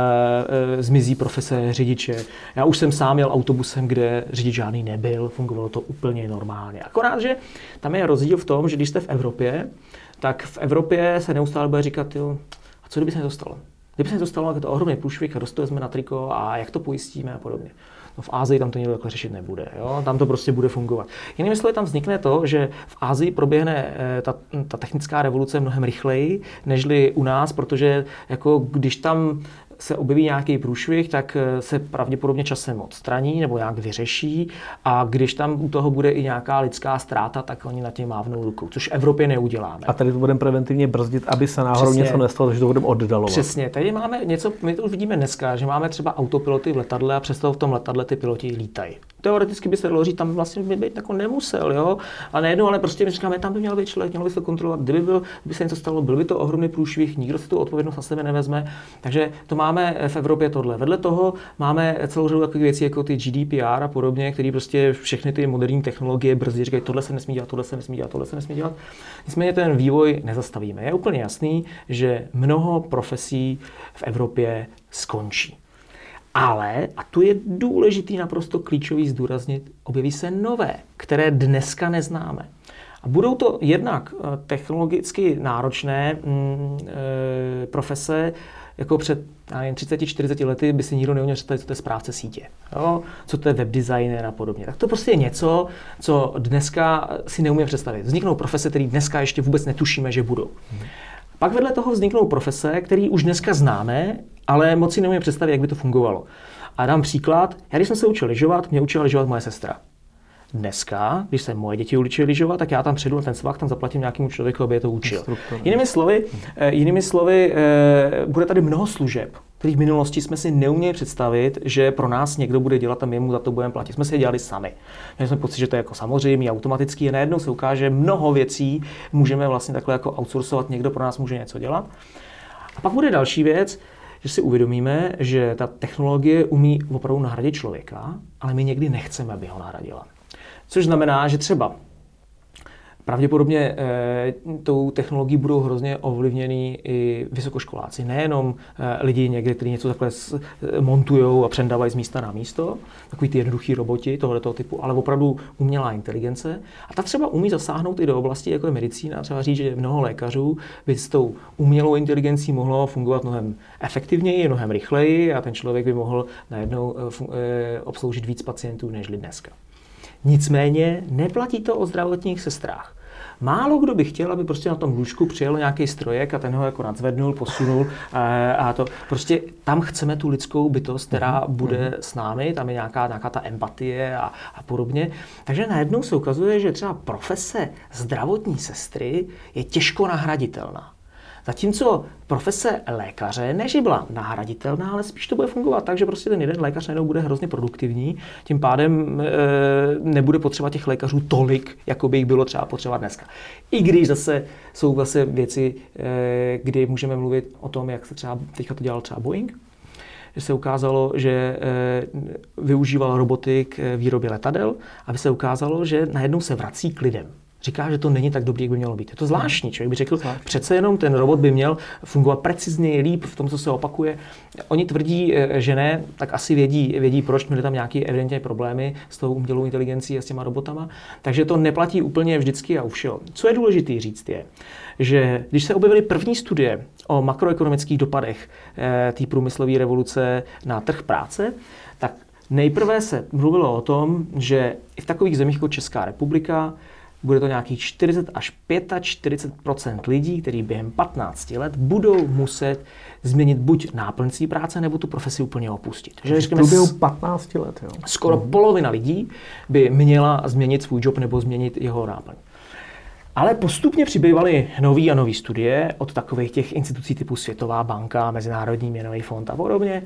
zmizí profese řidiče. Já už jsem sám jel autobusem, kde řidič žádný nebyl, fungovalo to úplně normálně. Akorát, že tam je rozdíl v tom, že když jste v Evropě, tak v Evropě se neustále bude říkat, jo, a co kdyby se nedostalo? Kdyby se nedostalo, tak je to ohromný průšvih a dostali a na triko a jak to pojistíme a podobně. No v Ázii tam to nikdo takhle řešit nebude. Jo? Tam to prostě bude fungovat. Jinými slovy, tam vznikne to, že v Ázii proběhne ta technická revoluce mnohem rychleji, nežli u nás, protože jako když tam se objeví nějaký průšvih, tak se pravděpodobně časem odstraní nebo nějak vyřeší a když tam u toho bude i nějaká lidská ztráta, tak oni na tím mávnou rukou, což v Evropě neuděláme. A tady to budeme preventivně brzdit, aby se náhodou něco nestalo, že to budeme oddalovat. Přesně, tady máme něco, my to už vidíme dneska, že máme třeba autopiloty v letadle a přesto v tom letadle ty piloti lítají. Teoreticky by se dalo říct, tam vlastně by být jako nemusel, jo? A nejednou, ale prostě my říkáme, tam by měl být člověk, měl by se kontrolovat, kdyby se něco stalo, byl by to ohromný průšvih, nikdo si tu odpovědnost na sebe nevezme. Takže to máme v Evropě tohle. Vedle toho máme celou řadu takových věcí jako ty GDPR a podobně, které prostě všechny ty moderní technologie brzdí, říkají, tohle se nesmí dělat, tohle se nesmí dělat, tohle se nesmí dělat. Nicméně ten vývoj nezastavíme. Je úplně jasný, že mnoho profesí v Evropě skončí. Ale, a tu je důležitý, naprosto klíčový zdůraznit, objeví se nové, které dneska neznáme. A budou to jednak technologicky náročné profese, jako před 30-40 lety by si nikdo neuměl představit, co to je správce sítě, jo? Co to je webdesigner a podobně. Tak to prostě je něco, co dneska si neumíme představit. Vzniknou profese, které dneska ještě vůbec netušíme, že budou. Pak vedle toho vzniknou profese, které už dneska známe, ale moc si neumíme představit, jak by to fungovalo. A dám příklad. Já když jsem se učil lyžovat, mě učila lyžovat moje sestra. Dneska, když se moje děti učily lyžovat, tak já tam přijedu na ten svah, tam zaplatím nějakému člověku, aby je to učil. Jinými slovy, bude tady mnoho služeb, kterých v minulosti jsme si neuměli představit, že pro nás někdo bude dělat a my mu za to budeme platit. Jsme si je dělali sami. Měli jsme pocit, že to je jako samozřejmé, automatický, a najednou se ukáže, mnoho věcí můžeme vlastně takhle jako outsourcovat, někdo pro nás může něco dělat. A pak bude další věc, že si uvědomíme, že ta technologie umí opravdu nahradit člověka, ale my někdy nechceme, aby ho nahradila. Což znamená, že třeba Pravděpodobně tou technologií budou hrozně ovlivněný i vysokoškoláci. Nejenom lidi někde, kteří něco takhle montujou a přendávají z místa na místo, takový ty jednoduchý roboti tohoto typu, ale opravdu umělá inteligence. A ta třeba umí zasáhnout i do oblasti, jako je medicína. Třeba říct, že mnoho lékařů by s tou umělou inteligencí mohlo fungovat mnohem efektivněji, mnohem rychleji a ten člověk by mohl najednou obsloužit víc pacientů než dneska. Nicméně neplatí to o zdravotních sestrách. Málo kdo by chtěl, aby prostě na tom lůžku přijel nějaký strojek a ten ho jako nadzvednul, posunul a to. Prostě tam chceme tu lidskou bytost, která bude s námi, tam je nějaká ta empatie a podobně. Takže najednou se ukazuje, že třeba profese zdravotní sestry je těžko nahraditelná. Zatímco profese lékaře, než byla nahraditelná, ale spíš to bude fungovat tak, že prostě ten jeden lékař najednou bude hrozně produktivní, tím pádem nebude potřeba těch lékařů tolik, jako by jich bylo třeba potřeba dneska. I když zase jsou zase věci, kdy můžeme mluvit o tom, jak se třeba teďka to dělal třeba Boeing, že se ukázalo, že využíval roboty k výrobě letadel, aby se ukázalo, že najednou se vrací k lidem. Říká, že to není tak dobrý, jak by mělo být. Je to zvláštní. Člověk by řekl, přece jenom ten robot by měl fungovat precizněji, líp v tom, co se opakuje. Oni tvrdí, že ne, tak asi vědí proč, měli tam nějaké evidentně problémy s tou umělou inteligencí a s těma robotama. Takže to neplatí úplně vždycky a u všeho. Co je důležité říct je, že když se objevily první studie o makroekonomických dopadech té průmyslové revoluce na trh práce, tak nejprve se mluvilo o tom, že i v takových zemích jako Česká republika bude to nějakých 40 až 45% lidí, kteří během 15 let budou muset změnit buď náplň své práce, nebo tu profesi úplně opustit. Takže v průběhu 15 let, jo. Skoro polovina lidí by měla změnit svůj job nebo změnit jeho náplň. Ale postupně přibývaly nový a nový studie od takových těch institucí typu Světová banka, Mezinárodní měnový fond a podobně.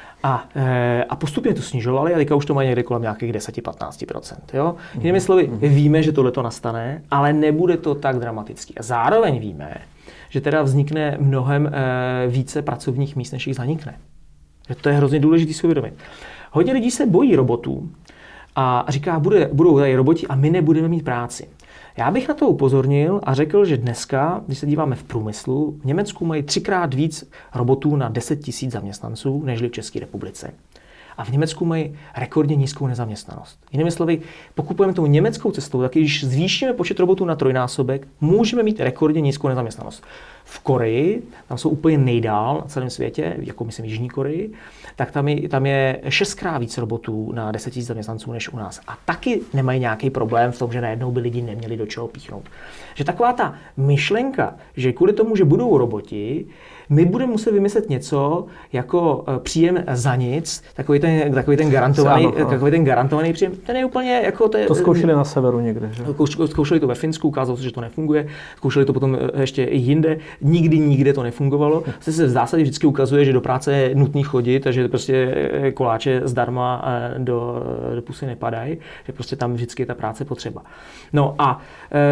A postupně to snižovali a teďka už to mají někde kolem nějakých 10-15%. Jo? Jinými slovy, víme, že tohleto nastane, ale nebude to tak dramatický. A zároveň víme, že teda vznikne mnohem více pracovních míst, než jich zanikne. Že to je hrozně důležité si uvědomit. Hodně lidí se bojí robotů a říká, budou tady roboti a my nebudeme mít práci. Já bych na to upozornil a řekl, že dneska, když se díváme v průmyslu, v Německu mají 3x víc robotů na 10 000 zaměstnanců, než v České republice. A v Německu mají rekordně nízkou nezaměstnanost. Jinými slovy, pokud půjdeme tou německou cestou, tak když zvýšíme počet robotů na trojnásobek, můžeme mít rekordně nízkou nezaměstnanost. V Koreji, tam jsou úplně nejdál na celém světě, jako myslím Jižní Koreji, tak tam je 6x víc robotů na 10 000 zaměstnanců než u nás. A taky nemají nějaký problém v tom, že najednou by lidi neměli do čeho píchnout. Že taková ta myšlenka, že kvůli tomu, že budou roboti, my budeme muset vymyslet něco jako příjem za nic, takový ten garantovaný příjem. Ten je úplně jako... To zkoušeli na severu někde, že? Zkoušeli to ve Finsku, ukázalo se, že to nefunguje. Zkoušeli to potom ještě i jinde. Nikde to nefungovalo. Se v zásadě vždycky ukazuje, že do práce je nutný chodit a že prostě koláče zdarma do pusy nepadají, že prostě tam vždycky je ta práce potřeba. No a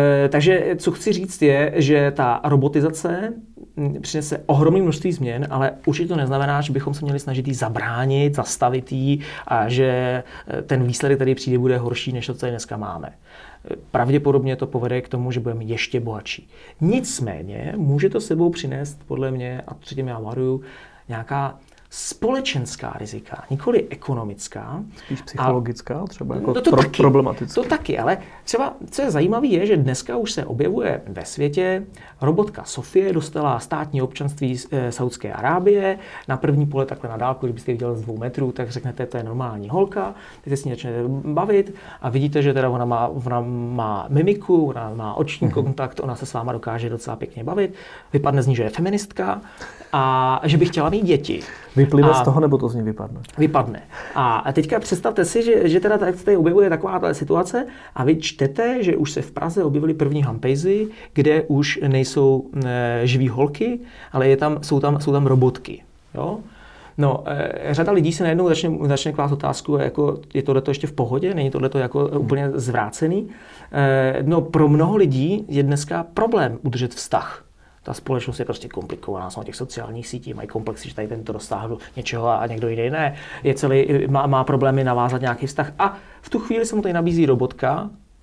takže co chci říct je, že ta robotizace přinese ohromné množství změn, ale určitě to neznamená, že bychom se měli snažit jí zabránit, zastavit jí a že ten výsledek, který přijde, bude horší, než to, co dneska máme. Pravděpodobně to povede k tomu, že budeme ještě bohatší. Nicméně může to sebou přinést, podle mě, a předtím já varuju, nějaká společenská rizika, nikoli ekonomická. Spíš psychologická, třeba jako problematická. To taky, ale třeba, co je zajímavé, je, že dneska už se objevuje ve světě robotka Sofie, dostala státní občanství Saúdské Arábie, na první pohled takhle na dálku, kdybyste ji viděli z 2 metrů, tak řeknete, to je normální holka, teď se s ní začnete bavit a vidíte, že teda ona má mimiku, ona má oční kontakt, ona se s váma dokáže docela pěkně bavit, vypadne z ní, že je feministka a že by chtěla mít děti. Vyplyne z toho, nebo to z ní vypadne? Vypadne. A teďka představte si, že teda tady objevuje taková situace a vy čtete, že už se v Praze objevily první homepage, kde už nejsou živý holky, ale jsou tam robotky. Jo? No, řada lidí se najednou začne klást otázku, jako je tohleto ještě v pohodě, není tohleto jako úplně zvrácený. No, pro mnoho lidí je dneska problém udržet vztah. Ta společnost je prostě komplikovaná, jsou na těch sociálních sítích, mají komplexy, že tady tento dosáhl něčeho a někdo jiný ne. Má problémy navázat nějaký vztah. A v tu chvíli se mu tady nabízí robotka,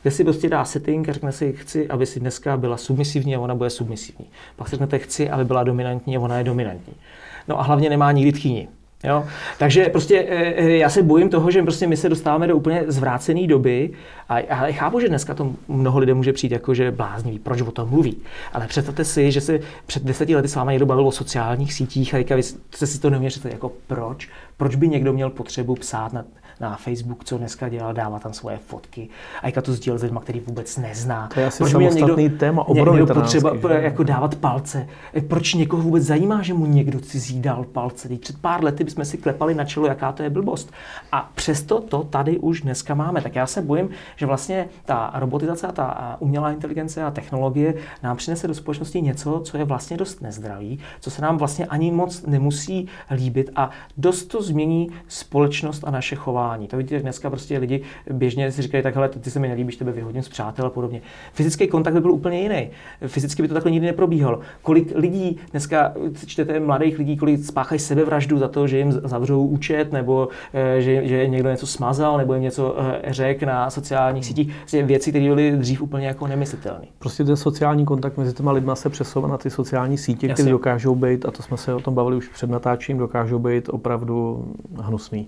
kde si prostě dá setting a řekne si, chci, aby si dneska byla submisivní a ona bude submisivní. Pak si řeknete, chci, aby byla dominantní a ona je dominantní. No a hlavně nemá nikdy tchýni. Jo? Takže prostě já se bojím toho, že prostě my se dostáváme do úplně zvrácené doby a chápu, že dneska to mnoho lidem může přijít jako, že bláznivý, proč o tom mluví. Ale představte si, že se před 10 lety s váma někdo bavil o sociálních sítích a teďka vy jste si to neuměli jako proč by někdo měl potřebu psát na Facebook, co dneska dělal, dává tam svoje fotky a to sdílel s lidma, který vůbec nezná. To je asi samostatný téma, někdo potřeba jako dávat palce. Proč někoho vůbec zajímá, že mu někdo cizí dal palce? Před pár lety bychom si klepali na čelo, jaká to je blbost. A přesto to tady už dneska máme. Tak já se bojím, že vlastně ta robotizace a ta umělá inteligence a technologie nám přinese do společnosti něco, co je vlastně dost nezdravý, co se nám vlastně ani moc nemusí líbit a dost to změní společnost a naše chování. To vidíte, dneska prostě lidi běžně si říkají, tak hele, ty se mi nelíbíš, tebe vyhodím z přátel a podobně. Fyzický kontakt by byl úplně jiný. Fyzicky by to takhle nikdy neprobíhalo. Kolik lidí dneska čtete mladých lidí, kolik spáchají sebevraždu za to, že jim zavřou účet, nebo že někdo něco smazal, nebo jim něco řekl na sociálních sítích. Věci, které byly dřív úplně jako nemyslitelné. Prostě ten sociální kontakt mezi těma lidma se přesouvá na ty sociální sítě, které dokážou být, a to jsme se o tom bavili už před natáčením, dokážou být opravdu hnusný.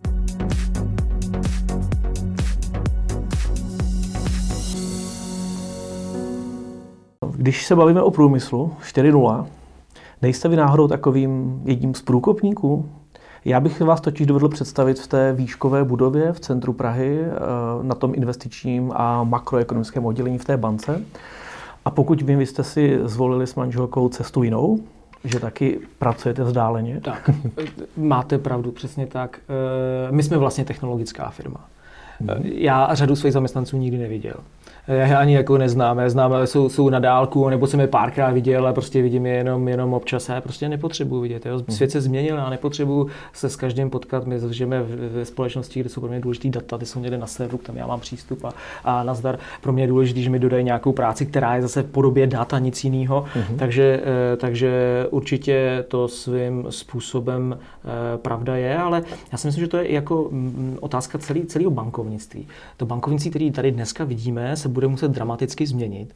Když se bavíme o průmyslu 4.0, nejste vy náhodou takovým jedním z průkopníků? Já bych vás totiž dovedl představit v té výškové budově v centru Prahy, na tom investičním a makroekonomickém oddělení v té bance. A pokud vy jste si zvolili s manželkou cestu jinou, že taky pracujete vzdáleně? Tak, máte pravdu, přesně tak. My jsme vlastně technologická firma. Já řadu svých zaměstnanců nikdy neviděl. Já je ani jako neznám, jsou na dálku, nebo jsem je párkrát viděl, ale prostě vidím je jenom občas. Já prostě nepotřebuji vidět. Jo. Svět se změnil a nepotřebuji se s každým potkat. My žijeme ve společnosti, kde jsou pro mě důležitý data, ty jsou někde na serveru, tam já mám přístup a nazdar. Pro mě je důležité, že mi dodají nějakou práci, která je zase v podobě data, nic jiného. Takže určitě to svým způsobem pravda je, ale já si myslím, že to je jako otázka celého bankovnictví. To bankovnictví, který tady dneska vidíme, se bude muset dramaticky změnit.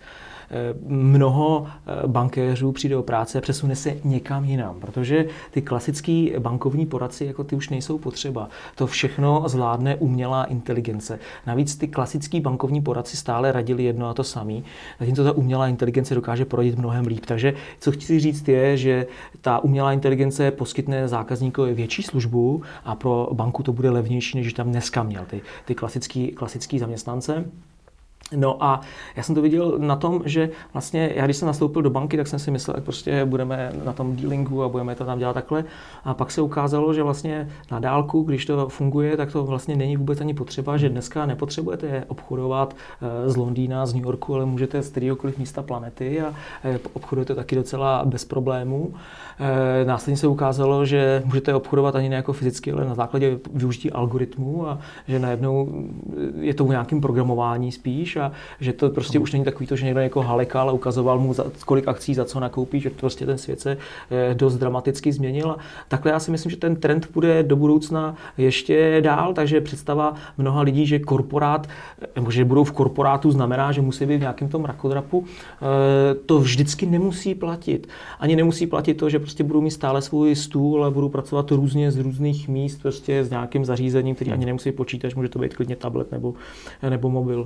Mnoho bankéřů přijde o práce a přesune se někam jinam, protože ty klasický bankovní poradci jako ty už nejsou potřeba. To všechno zvládne umělá inteligence. Navíc ty klasický bankovní poradci stále radili jedno a to samé, zatímco ta umělá inteligence dokáže poradit mnohem líp. Takže co chci říct je, že ta umělá inteligence poskytne zákazníkovi větší službu a pro banku to bude levnější, než tam dneska měl ty klasický zaměstnance. No a já jsem to viděl na tom, že vlastně já když jsem nastoupil do banky, tak jsem si myslel, že prostě budeme na tom dealingu a budeme to tam dělat takhle. A pak se ukázalo, že vlastně na dálku, když to funguje, tak to vlastně není vůbec ani potřeba, že dneska nepotřebujete obchodovat z Londýna, z New Yorku, ale můžete z kteréhokoliv místa planety a obchodujete taky docela bez problémů. Následně se ukázalo, že můžete obchodovat ani ne jako fyzicky, ale na základě využití algoritmů a že najednou je to v nějakém programování spíš a že to prostě už není takový to, že někdo někoho halekal a ukazoval mu, kolik akcí za co nakoupí, že prostě ten svět se dost dramaticky změnil. A takhle já si myslím, že ten trend bude do budoucna ještě dál, takže představa mnoha lidí, že korporát, nebo že budou v korporátu, znamená, že musí být v nějakém tom mrakodrapu, to vždycky nemusí platit. Ani nemusí platit to, že prostě budou mít stále svůj stůl a budou pracovat různě z různých míst, prostě s nějakým zařízením, který ani nemusí počítač, může to být klidně tablet nebo mobil.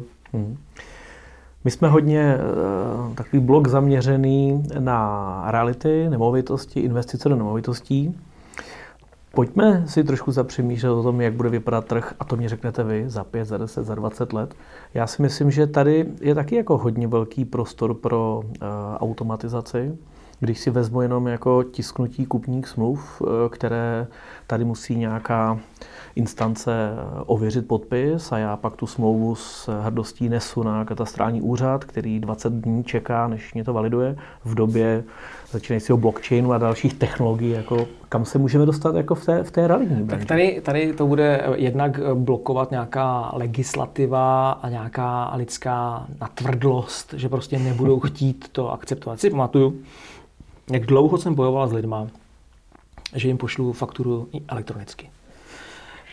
My jsme hodně takový blok zaměřený na reality, nemovitosti, investice do nemovitostí. Pojďme si trošku zapřemýšlet o tom, jak bude vypadat trh, a to mě řeknete vy za 5, za 10, za 20 let. Já si myslím, že tady je taky jako hodně velký prostor pro automatizaci. Když si vezmu jenom jako tisknutí kupních smluv, které tady musí nějaká instance ověřit podpis a já pak tu smlouvu s hrdostí nesu na katastrální úřad, který 20 dní čeká, než mě to validuje, v době začínajícího blockchainu a dalších technologií, jako kam se můžeme dostat jako v té realitní branži. Tak tady to bude jednak blokovat nějaká legislativa a nějaká lidská natvrdlost, že prostě nebudou chtít to akceptovat. Si pamatuju, jak dlouho jsem bojoval s lidma, že jim pošlu fakturu elektronicky.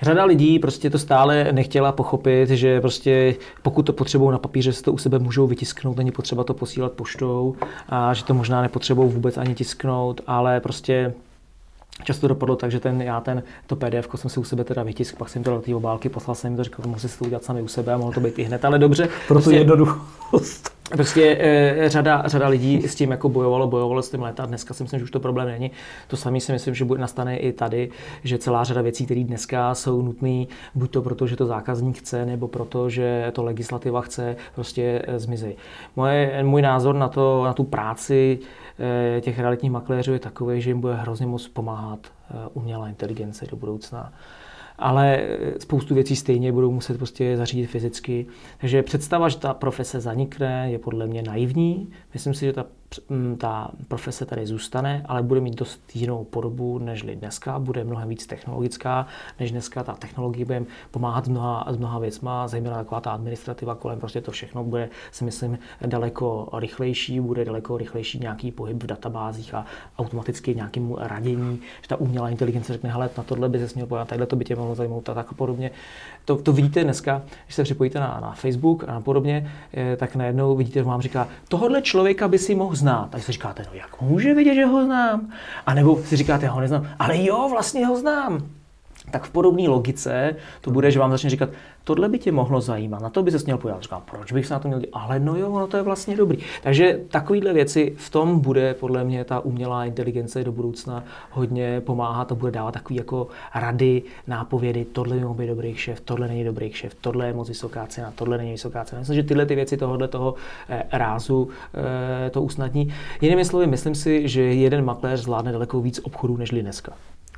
Řada lidí prostě to stále nechtěla pochopit, že prostě pokud to potřebují na papíře, se to u sebe můžou vytisknout, není potřeba to posílat poštou a že to možná nepotřebují vůbec ani tisknout, ale prostě často dopadlo tak, že to PDF jsem si u sebe teda vytiskl, pak jsem to do té obálky, poslal jsem jim to, říkal, musíte si to udělat sami u sebe a mohlo to být i hned, ale dobře. Proto jednoduchost. Prostě řada lidí s tím jako bojovalo s tím léta. Dneska si myslím, že už to problém není. To samé si myslím, že nastane i tady, že celá řada věcí, které dneska jsou nutné, buď to proto, že to zákazník chce, nebo proto, že to legislativa chce, prostě zmizí. Můj názor na tu práci těch realitních makléřů je takový, že jim bude hrozně moc pomáhat umělá inteligence do budoucna. Ale spoustu věcí stejně budou muset prostě zařídit fyzicky. Takže představa, že ta profese zanikne, je podle mě naivní. Myslím si, že ta profese tady zůstane, ale bude mít dost jinou podobu než dneska. Bude mnohem víc technologická než dneska. Ta technologie bude pomáhat s mnoha věcma, zejména taková ta administrativa kolem, prostě to všechno bude, si myslím, daleko rychlejší, bude daleko rychlejší nějaký pohyb v databázích a automaticky nějakému radění, že ta umělá inteligence řekne, hele, na tohle by se směl pojat, takhle to by tě mohlo zajímat a tak podobně. To vidíte dneska, když se připojíte na Facebook a podobně, tak najednou vidíte, že vám říká, tohodle člověka by si mohl znát. Tak si říkáte, no jak může vidět, že ho znám? A nebo si říkáte, já ho neznám, ale jo, vlastně ho znám. Tak v podobné logice to bude, že vám začne říkat, tohle by tě mohlo zajímat, na to by se směl podívat. Říkám, proč bych se na to měl dělat? Ale no jo, ono to je vlastně dobrý. Takže takovýhle věci, v tom bude podle mě ta umělá inteligence do budoucna hodně pomáhat a bude dávat takový jako rady, nápovědy, tohle by mohl být dobrý šéf, tohle není dobrý šéf, tohle je moc vysoká cena, tohle není vysoká cena. Myslím, že tyhle ty věci toho rázu to usnadní. Jinými slovy, myslím si, že jeden makléř zvládne daleko víc obchodů než dneska.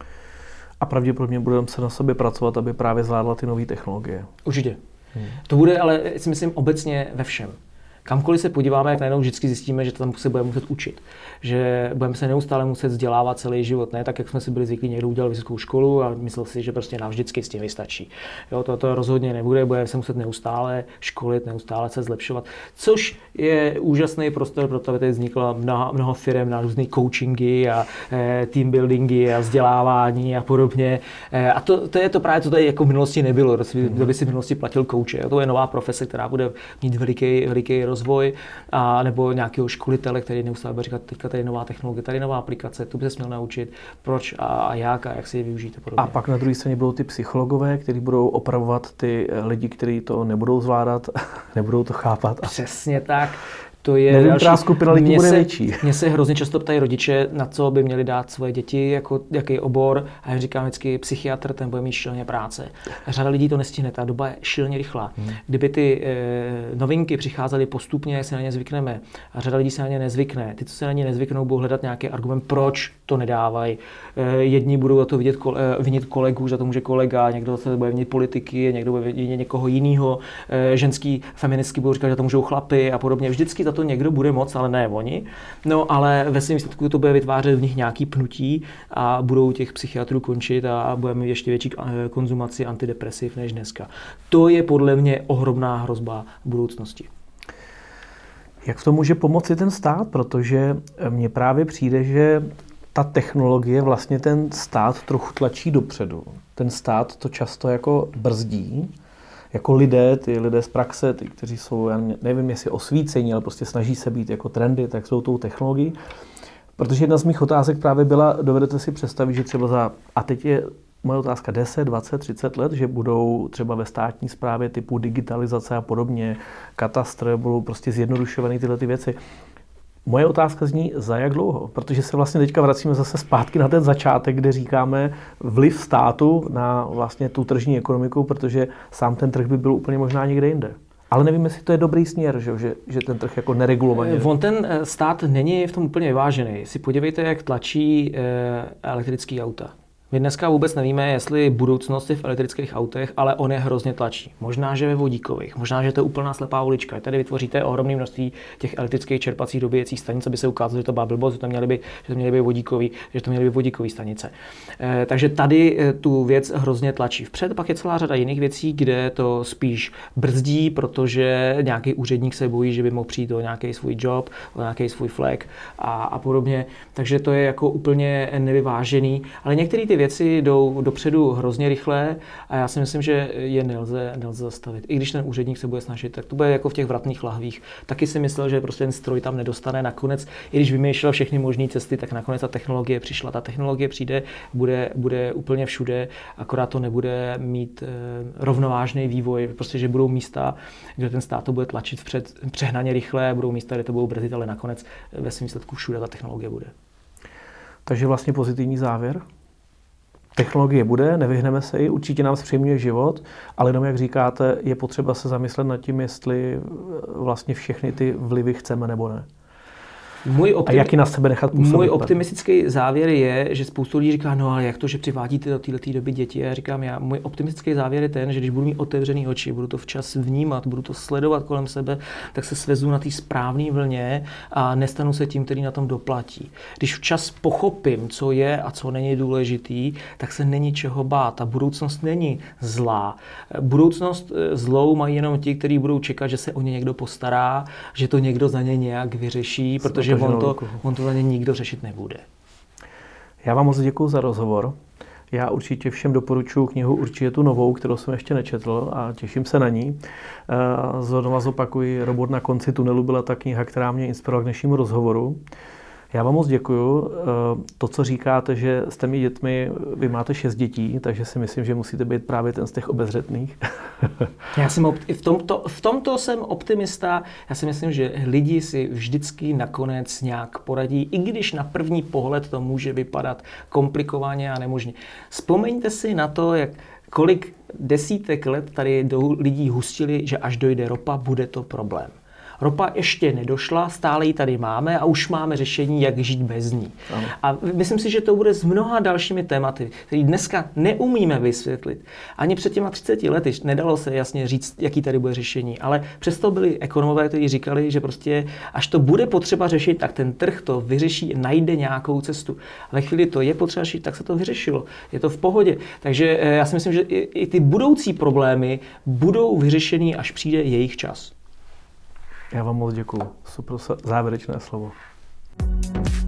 A pravděpodobně budeme se na sobě pracovat, aby právě zvládla ty nové technologie. Určitě. To bude, ale si myslím, obecně ve všem. Kamkoliv se podíváme, jak najednou vždycky zjistíme, že tam se budeme muset učit. Že budeme se neustále muset vzdělávat celý život. Ne tak, jak jsme si byli zvyklí, někdo udělal vysokou školu a myslel si, že prostě navždycky s tím vystačí. Jo, to rozhodně nebude, budeme se muset neustále školit, neustále se zlepšovat. Což je úžasný prostor pro to, aby tady vzniklo mnoho firem na různé coachingy a team buildingy a vzdělávání a podobně. A to je to právě, co tady jako v minulosti nebylo. Kdo by si v minulosti platil kouče. To je nová profese, která bude mít veliký rozvoj, a nebo nějakého školitele, který neustále bude říkat, teďka tady nová technologie, tady nová aplikace, tu by se měl naučit, proč a jak si je využít a podobně. A pak na druhé straně budou ty psychologové, kteří budou opravovat ty lidi, kteří to nebudou zvládat, nebudou to chápat. Přesně tak. To je nevím, která skupina lidí bude větší. Mě se hrozně často ptají rodiče, na co by měli dát svoje děti, jako jaký obor. A já říkám vždycky, psychiatr, ten bude mít šíleně práce. A řada lidí to nestihne, ta doba je šíleně rychlá. Kdyby ty novinky přicházely postupně, jak se na ně zvykneme, a řada lidí se na ně nezvykne. Ty, co se na ně nezvyknou, budou hledat nějaký argument, proč to nedávají. Jedni budou za to vinit kolegu, za to může kolega, někdo se bude vinit politiky, někdo bude vinit někoho jiného. Ženský feministky budou říkat, že to můžou chlapy a podobně. Vždycky to někdo bude moc, ale ne oni. No, ale ve svém výsledku to bude vytvářet v nich nějaký pnutí a budou těch psychiatrů končit a budeme mít ještě větší konzumaci antidepresiv než dneska. To je podle mě ohromná hrozba budoucnosti. Jak v tom může pomoci ten stát? Protože mně právě přijde, že ta technologie vlastně ten stát trochu tlačí dopředu. Ten stát to často jako brzdí. Jako ty lidé z praxe, ty, kteří jsou, já nevím, jestli osvícení, ale prostě snaží se být jako trendy, tak jsou tou technologií. Protože jedna z mých otázek právě byla, dovedete si představit, že třeba a teď je moje otázka 10, 20, 30 let, že budou třeba ve státní správě typu digitalizace a podobně, katastr, budou prostě zjednodušované tyhle ty věci. Moje otázka zní, za jak dlouho? Protože se vlastně teďka vracíme zase zpátky na ten začátek, kde říkáme vliv státu na vlastně tu tržní ekonomiku, protože sám ten trh by byl úplně možná někde jinde. Ale nevím, jestli to je dobrý směr, že ten trh jako neregulovaně. On ten stát není v tom úplně vyvážený. Si podívejte, jak tlačí elektrický auta. My dneska vůbec nevíme, jestli budoucnost je v elektrických autech, ale on je hrozně tlačí. Možná, že ve vodíkových, možná, že to je úplná slepá ulička. Tady vytvoříte ohromné množství těch elektrických čerpacích dobíjecích stanic, aby se ukázalo, že to byla blbost, že to měly být vodíkový stanice. Takže tady tu věc hrozně tlačí vpřed. Pak je celá řada jiných věcí, kde to spíš brzdí, protože nějaký úředník se bojí, že by mohl přijít o nějaký svůj job, o nějaký svůj flag a podobně. Takže to je jako úplně nevyvážený. Ale některé ty věci jdou dopředu hrozně rychle a já si myslím, že je nelze zastavit. I když ten úředník se bude snažit, tak to bude jako v těch vratných lahvích. Taky si myslel, že prostě ten stroj tam nedostane nakonec, i když vymýšlel všechny možné cesty, tak nakonec ta technologie přišla. Ta technologie přijde, bude úplně všude, akorát to nebude mít rovnovážný vývoj, prostě, že budou místa, kde ten stát to bude tlačit vpřed přehnaně rychle, budou místa, kde to budou brzdit, ale nakonec ve svém výsledku všude ta technologie bude. Takže vlastně pozitivní závěr? Technologie bude, nevyhneme se jí, určitě nám zpříjemňuje život, ale jenom jak říkáte, je potřeba se zamyslet nad tím, jestli vlastně všechny ty vlivy chceme nebo ne. A jak ji na sebe nechat působit? Můj optimistický závěr je, že spoustu lidí říká, no ale jak to, že přivádíte do této doby děti? A já říkám, můj optimistický závěr je ten, že když budu mít otevřený oči, budu to včas vnímat, budu to sledovat kolem sebe, tak se svezu na té správné vlně a nestanu se tím, který na tom doplatí. Když včas pochopím, co je a co není důležitý, tak se není čeho bát. A budoucnost není zlá. Budoucnost zlou mají jenom ti, kteří budou čekat, že se o ně někdo postará, že to někdo za ně nějak vyřeší, protože on to za ně nikdo řešit nebude. Já vám moc děkuji za rozhovor. Já určitě všem doporučuji knihu, určitě tu novou, kterou jsem ještě nečetl a těším se na ní. Znovu zopakuji, Robot na konci tunelu byla ta kniha, která mě inspirovala k dnešnímu rozhovoru. Já vám moc děkuju. To, co říkáte, že s těmi dětmi, vy máte 6 dětí, takže si myslím, že musíte být právě ten z těch obezřetných. Já jsem v tomto jsem optimista. Já si myslím, že lidi si vždycky nakonec nějak poradí, i když na první pohled to může vypadat komplikovaně a nemožně. Vzpomeňte si na to, kolik desítek let tady lidí hustili, že až dojde ropa, bude to problém. Ropa ještě nedošla, stále ji tady máme a už máme řešení, jak žít bez ní. Ano. A myslím si, že to bude s mnoha dalšími tématy, které dneska neumíme vysvětlit. Ani před těma 30 lety nedalo se jasně říct, jaký tady bude řešení, ale přesto byli ekonomové, kteří říkali, že prostě až to bude potřeba řešit, tak ten trh to vyřeší, najde nějakou cestu. A ve chvíli to je potřeba řešit, tak se to vyřešilo. Je to v pohodě. Takže já si myslím, že i ty budoucí problémy budou vyřešený, až přijde jejich čas. Já vám moc děkuju. Super závěrečné slovo.